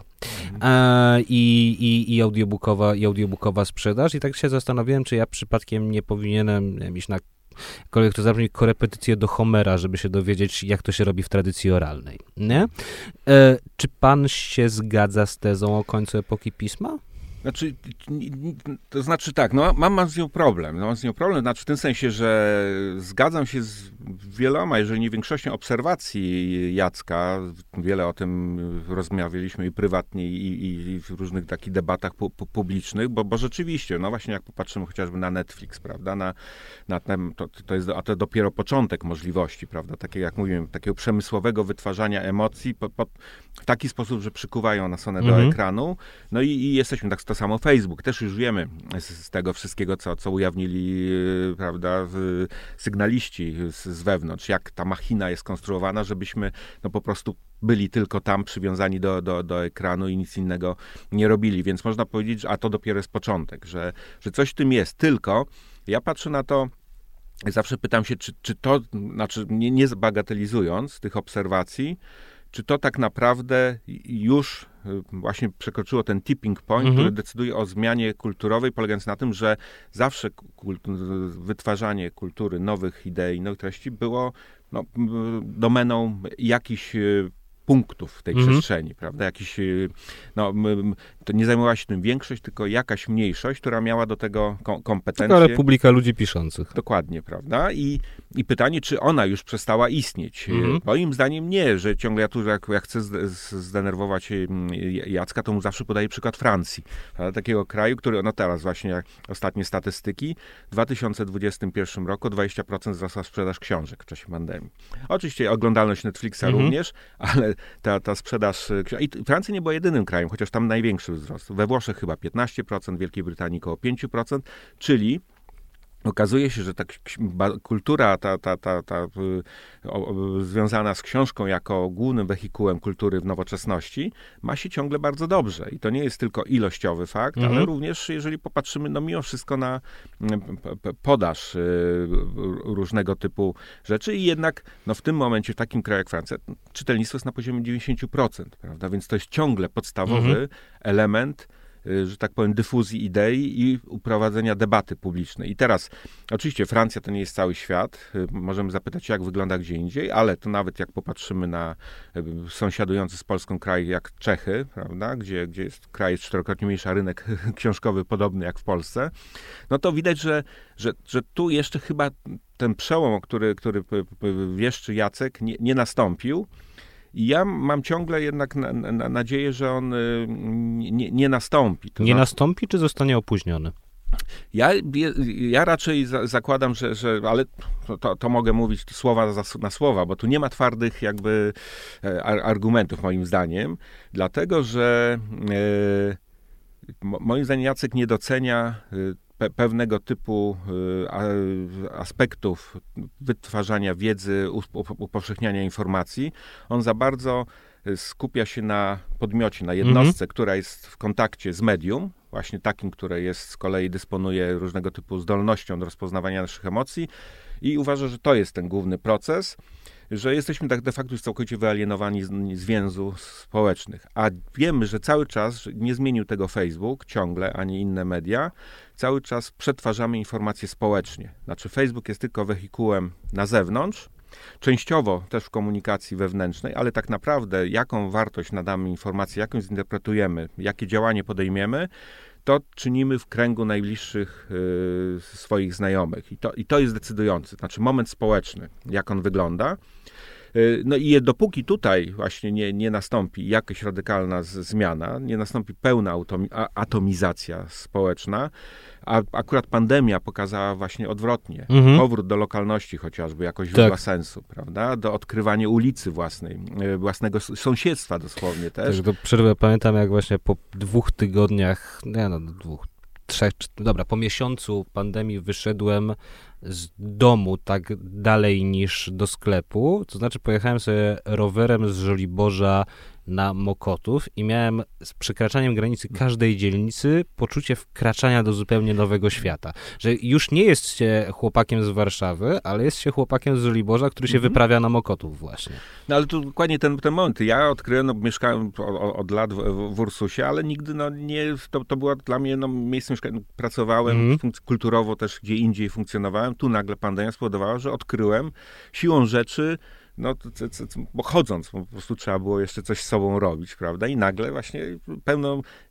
I audiobookowa sprzedaż. I tak się zastanawiałem, czy ja przypadkiem nie powinienem iść na korepetycję do Homera, żeby się dowiedzieć, jak to się robi w tradycji oralnej. Nie? Czy pan się zgadza z tezą o końcu epoki pisma? To znaczy tak, no mam z nią problem. Znaczy w tym sensie, że zgadzam się z wieloma, jeżeli nie większością obserwacji Jacka. Wiele o tym rozmawialiśmy i prywatnie, i w różnych takich debatach publicznych, bo rzeczywiście, no właśnie jak popatrzymy chociażby na Netflix, prawda, a to dopiero początek możliwości, prawda, takiego jak mówiłem, takiego przemysłowego wytwarzania emocji w taki sposób, że przykuwają nas one do ekranu. No i jesteśmy, tak to samo Facebook. Też już wiemy z tego wszystkiego, co ujawnili, prawda, sygnaliści z wewnątrz, jak ta machina jest konstruowana, żebyśmy no po prostu byli tylko tam przywiązani do ekranu i nic innego nie robili. Więc można powiedzieć, że to dopiero jest początek, że coś w tym jest. Tylko ja patrzę na to, zawsze pytam się, czy to, znaczy nie bagatelizując tych obserwacji, czy to tak naprawdę już właśnie przekroczyło ten tipping point, który decyduje o zmianie kulturowej, polegając na tym, że zawsze wytwarzanie kultury, nowych idei, nowych treści było domeną jakichś punktów w tej przestrzeni, prawda? Jakiś, to nie zajmowała się tym większość, tylko jakaś mniejszość, która miała do tego kompetencje. Ale publika ludzi piszących. Dokładnie, prawda? I pytanie, czy ona już przestała istnieć? Moim zdaniem nie, że ciągle ja tu, jak chcę zdenerwować Jacka, to mu zawsze podaję przykład Francji. Prawda? Takiego kraju, który, teraz właśnie jak ostatnie statystyki, w 2021 roku 20% wzrosła sprzedaż książek w czasie pandemii. Oczywiście oglądalność Netflixa również, ale ta sprzedaż... I Francja nie była jedynym krajem, chociaż tam największy wzrost. We Włoszech chyba 15%, w Wielkiej Brytanii około 5%, czyli okazuje się, że ta kultura związana z książką jako głównym wehikułem kultury w nowoczesności ma się ciągle bardzo dobrze. I to nie jest tylko ilościowy fakt, ale również, jeżeli popatrzymy mimo wszystko na podaż różnego typu rzeczy i jednak w tym momencie w takim kraju jak Francja czytelnictwo jest na poziomie 90%, prawda? Więc to jest ciągle podstawowy element, że tak powiem, dyfuzji idei i uprowadzenia debaty publicznej. I teraz, oczywiście Francja to nie jest cały świat, możemy zapytać, jak wygląda gdzie indziej, ale to nawet jak popatrzymy na sąsiadujący z Polską kraj jak Czechy, prawda, gdzie jest kraj czterokrotnie mniejszy, a rynek książkowy podobny jak w Polsce, no to widać, że tu jeszcze chyba ten przełom, który wieszczy Jacek, nie nastąpił. I ja mam ciągle jednak nadzieję, że on nie nastąpi. Nie nastąpi, czy zostanie opóźniony? Ja raczej zakładam, że ale to mogę mówić słowa na słowa, bo tu nie ma twardych jakby argumentów moim zdaniem, dlatego, że moim zdaniem Jacek nie docenia pewnego typu aspektów wytwarzania wiedzy, upowszechniania informacji. On za bardzo skupia się na podmiocie, na jednostce, która jest w kontakcie z medium, właśnie takim, które jest z kolei dysponuje różnego typu zdolnością do rozpoznawania naszych emocji i uważa, że to jest ten główny proces, że jesteśmy tak de facto już całkowicie wyalienowani z więzów społecznych. A wiemy, że cały czas, nie zmienił tego Facebook ciągle, ani inne media, cały czas przetwarzamy informacje społecznie. Znaczy Facebook jest tylko wehikułem na zewnątrz, częściowo też w komunikacji wewnętrznej, ale tak naprawdę jaką wartość nadamy informacji, jaką zinterpretujemy, jakie działanie podejmiemy, to czynimy w kręgu najbliższych swoich znajomych. I to jest decydujący. Znaczy moment społeczny, jak on wygląda. No i dopóki tutaj właśnie nie nastąpi jakaś radykalna zmiana, nie nastąpi pełna atomizacja społeczna, a akurat pandemia pokazała właśnie odwrotnie. Powrót do lokalności chociażby, jakoś źródła sensu, prawda? Do odkrywania ulicy własnego sąsiedztwa dosłownie też. Tak, do przerwy pamiętam, jak właśnie po 2 tygodniach, po miesiącu pandemii wyszedłem z domu tak dalej niż do sklepu, to znaczy pojechałem sobie rowerem z Żoliborza na Mokotów i miałem z przekraczaniem granicy każdej dzielnicy poczucie wkraczania do zupełnie nowego świata. Że już nie jest się chłopakiem z Warszawy, ale jest się chłopakiem z Żoliborza, który się wyprawia na Mokotów właśnie. No ale tu dokładnie ten moment. Ja odkryłem, mieszkałem od lat w Ursusie, ale nigdy nie, to było dla mnie miejsce mieszkania. Pracowałem kulturowo też gdzie indziej funkcjonowałem. Tu nagle pandemia spowodowała, że odkryłem siłą rzeczy, bo chodząc, po prostu trzeba było jeszcze coś z sobą robić, prawda? I nagle właśnie pełną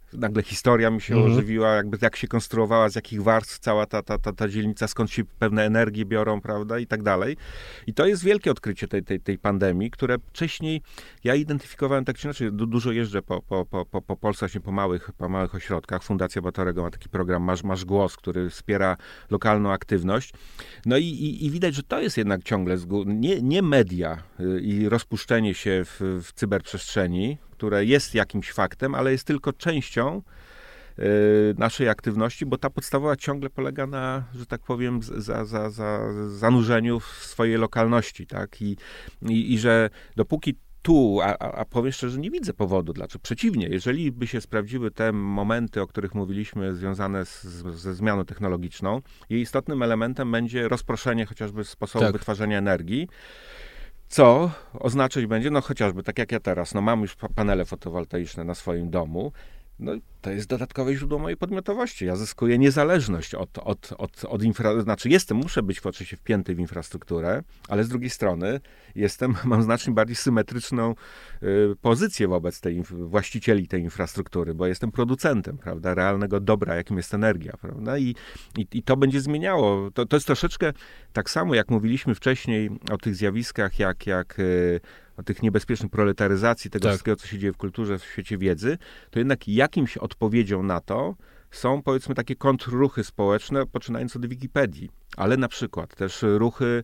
nagle historia mi się ożywiła, jakby jak się konstruowała, z jakich warstw cała ta dzielnica, skąd się pewne energie biorą, prawda, i tak dalej. I to jest wielkie odkrycie tej pandemii, które wcześniej ja identyfikowałem tak czy inaczej. Dużo jeżdżę po Polsce, właśnie po małych ośrodkach. Fundacja Batorego ma taki program Masz Głos, który wspiera lokalną aktywność. No i widać, że to jest jednak ciągle nie media i rozpuszczenie się w cyberprzestrzeni, które jest jakimś faktem, ale jest tylko częścią naszej aktywności, bo ta podstawowa ciągle polega na, że tak powiem, zanurzeniu w swojej lokalności, tak? I że dopóki tu, a powiem szczerze, nie widzę powodu, dlaczego. Przeciwnie, jeżeli by się sprawdziły te momenty, o których mówiliśmy, związane ze zmianą technologiczną, jej istotnym elementem będzie rozproszenie chociażby sposobu wytwarzania energii, co oznaczać będzie, no chociażby tak jak ja teraz, no mam już panele fotowoltaiczne na swoim domu, no to jest dodatkowe źródło mojej podmiotowości. Ja zyskuję niezależność od muszę być oczywiście wpięty w infrastrukturę, ale z drugiej strony mam znacznie bardziej symetryczną pozycję wobec właścicieli tej infrastruktury, bo jestem producentem, prawda, realnego dobra, jakim jest energia, prawda, i to będzie zmieniało. To jest troszeczkę tak samo, jak mówiliśmy wcześniej o tych zjawiskach, jak o tych niebezpiecznych proletaryzacji tego wszystkiego, co się dzieje w kulturze, w świecie wiedzy, to jednak jakimś odpowiedzią na to są, powiedzmy, takie kontrruchy społeczne, poczynając od Wikipedii, ale na przykład też ruchy,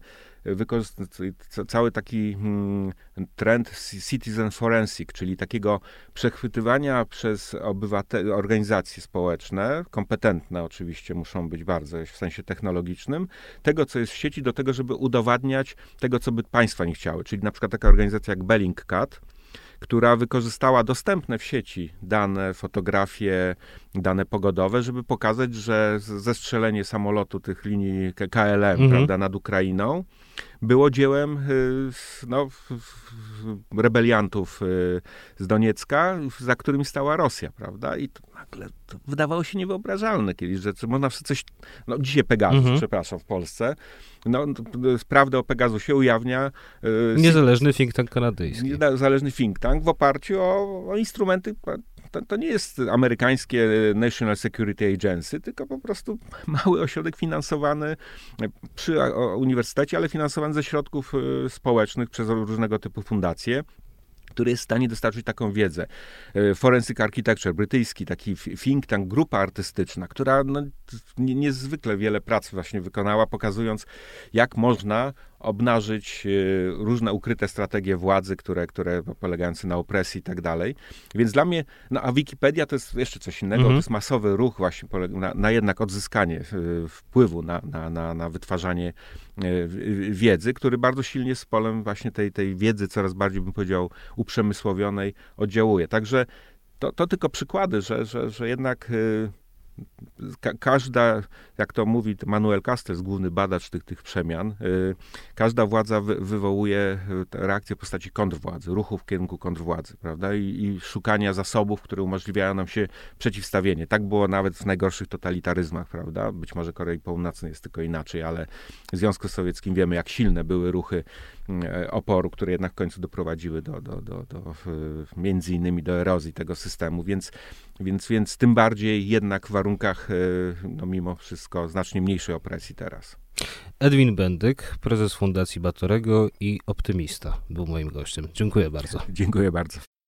cały taki trend citizen forensic, czyli takiego przechwytywania przez organizacje społeczne, kompetentne oczywiście muszą być bardzo w sensie technologicznym, tego, co jest w sieci, do tego, żeby udowadniać tego, co by państwa nie chciały. Czyli na przykład taka organizacja jak Bellingcat, która wykorzystała dostępne w sieci dane, fotografie, dane pogodowe, żeby pokazać, że zestrzelenie samolotu tych linii KLM, prawda, nad Ukrainą było dziełem rebeliantów z Doniecka, za którymi stała Rosja, prawda? I to nagle wydawało się niewyobrażalne kiedyś, że można coś... dzisiaj Pegasus, przepraszam, w Polsce. Prawdę o Pegasusie ujawnia... niezależny think tank kanadyjski. Niezależny think tank w oparciu o instrumenty... To nie jest amerykańskie National Security Agency, tylko po prostu mały ośrodek finansowany przy uniwersytecie, ale finansowany ze środków społecznych przez różnego typu fundacje, który jest w stanie dostarczyć taką wiedzę. Forensic Architecture, brytyjski taki think tank, grupa artystyczna, która niezwykle wiele prac właśnie wykonała, pokazując, jak można obnażyć różne ukryte strategie władzy, które polegające na opresji i tak dalej. Więc dla mnie, a Wikipedia to jest jeszcze coś innego, to jest masowy ruch właśnie na jednak odzyskanie wpływu na wytwarzanie wiedzy, który bardzo silnie z polem właśnie tej wiedzy coraz bardziej, bym powiedział, uprzemysłowionej oddziałuje. Także to tylko przykłady, że jednak każda, jak to mówi Manuel Castells, główny badacz tych przemian, każda władza wywołuje reakcję w postaci kontrwładzy, ruchów w kierunku kontrwładzy, prawda? I szukania zasobów, które umożliwiają nam się przeciwstawienie. Tak było nawet w najgorszych totalitaryzmach, prawda? Być może Korei Północnej jest tylko inaczej, ale w Związku Sowieckim wiemy, jak silne były ruchy oporu, które jednak w końcu doprowadziły do między innymi do erozji tego systemu, więc tym bardziej jednak w warunkach mimo wszystko znacznie mniejszej opresji teraz. Edwin Bendyk, prezes Fundacji Batorego i optymista, był moim gościem. Dziękuję bardzo. Dziękuję bardzo.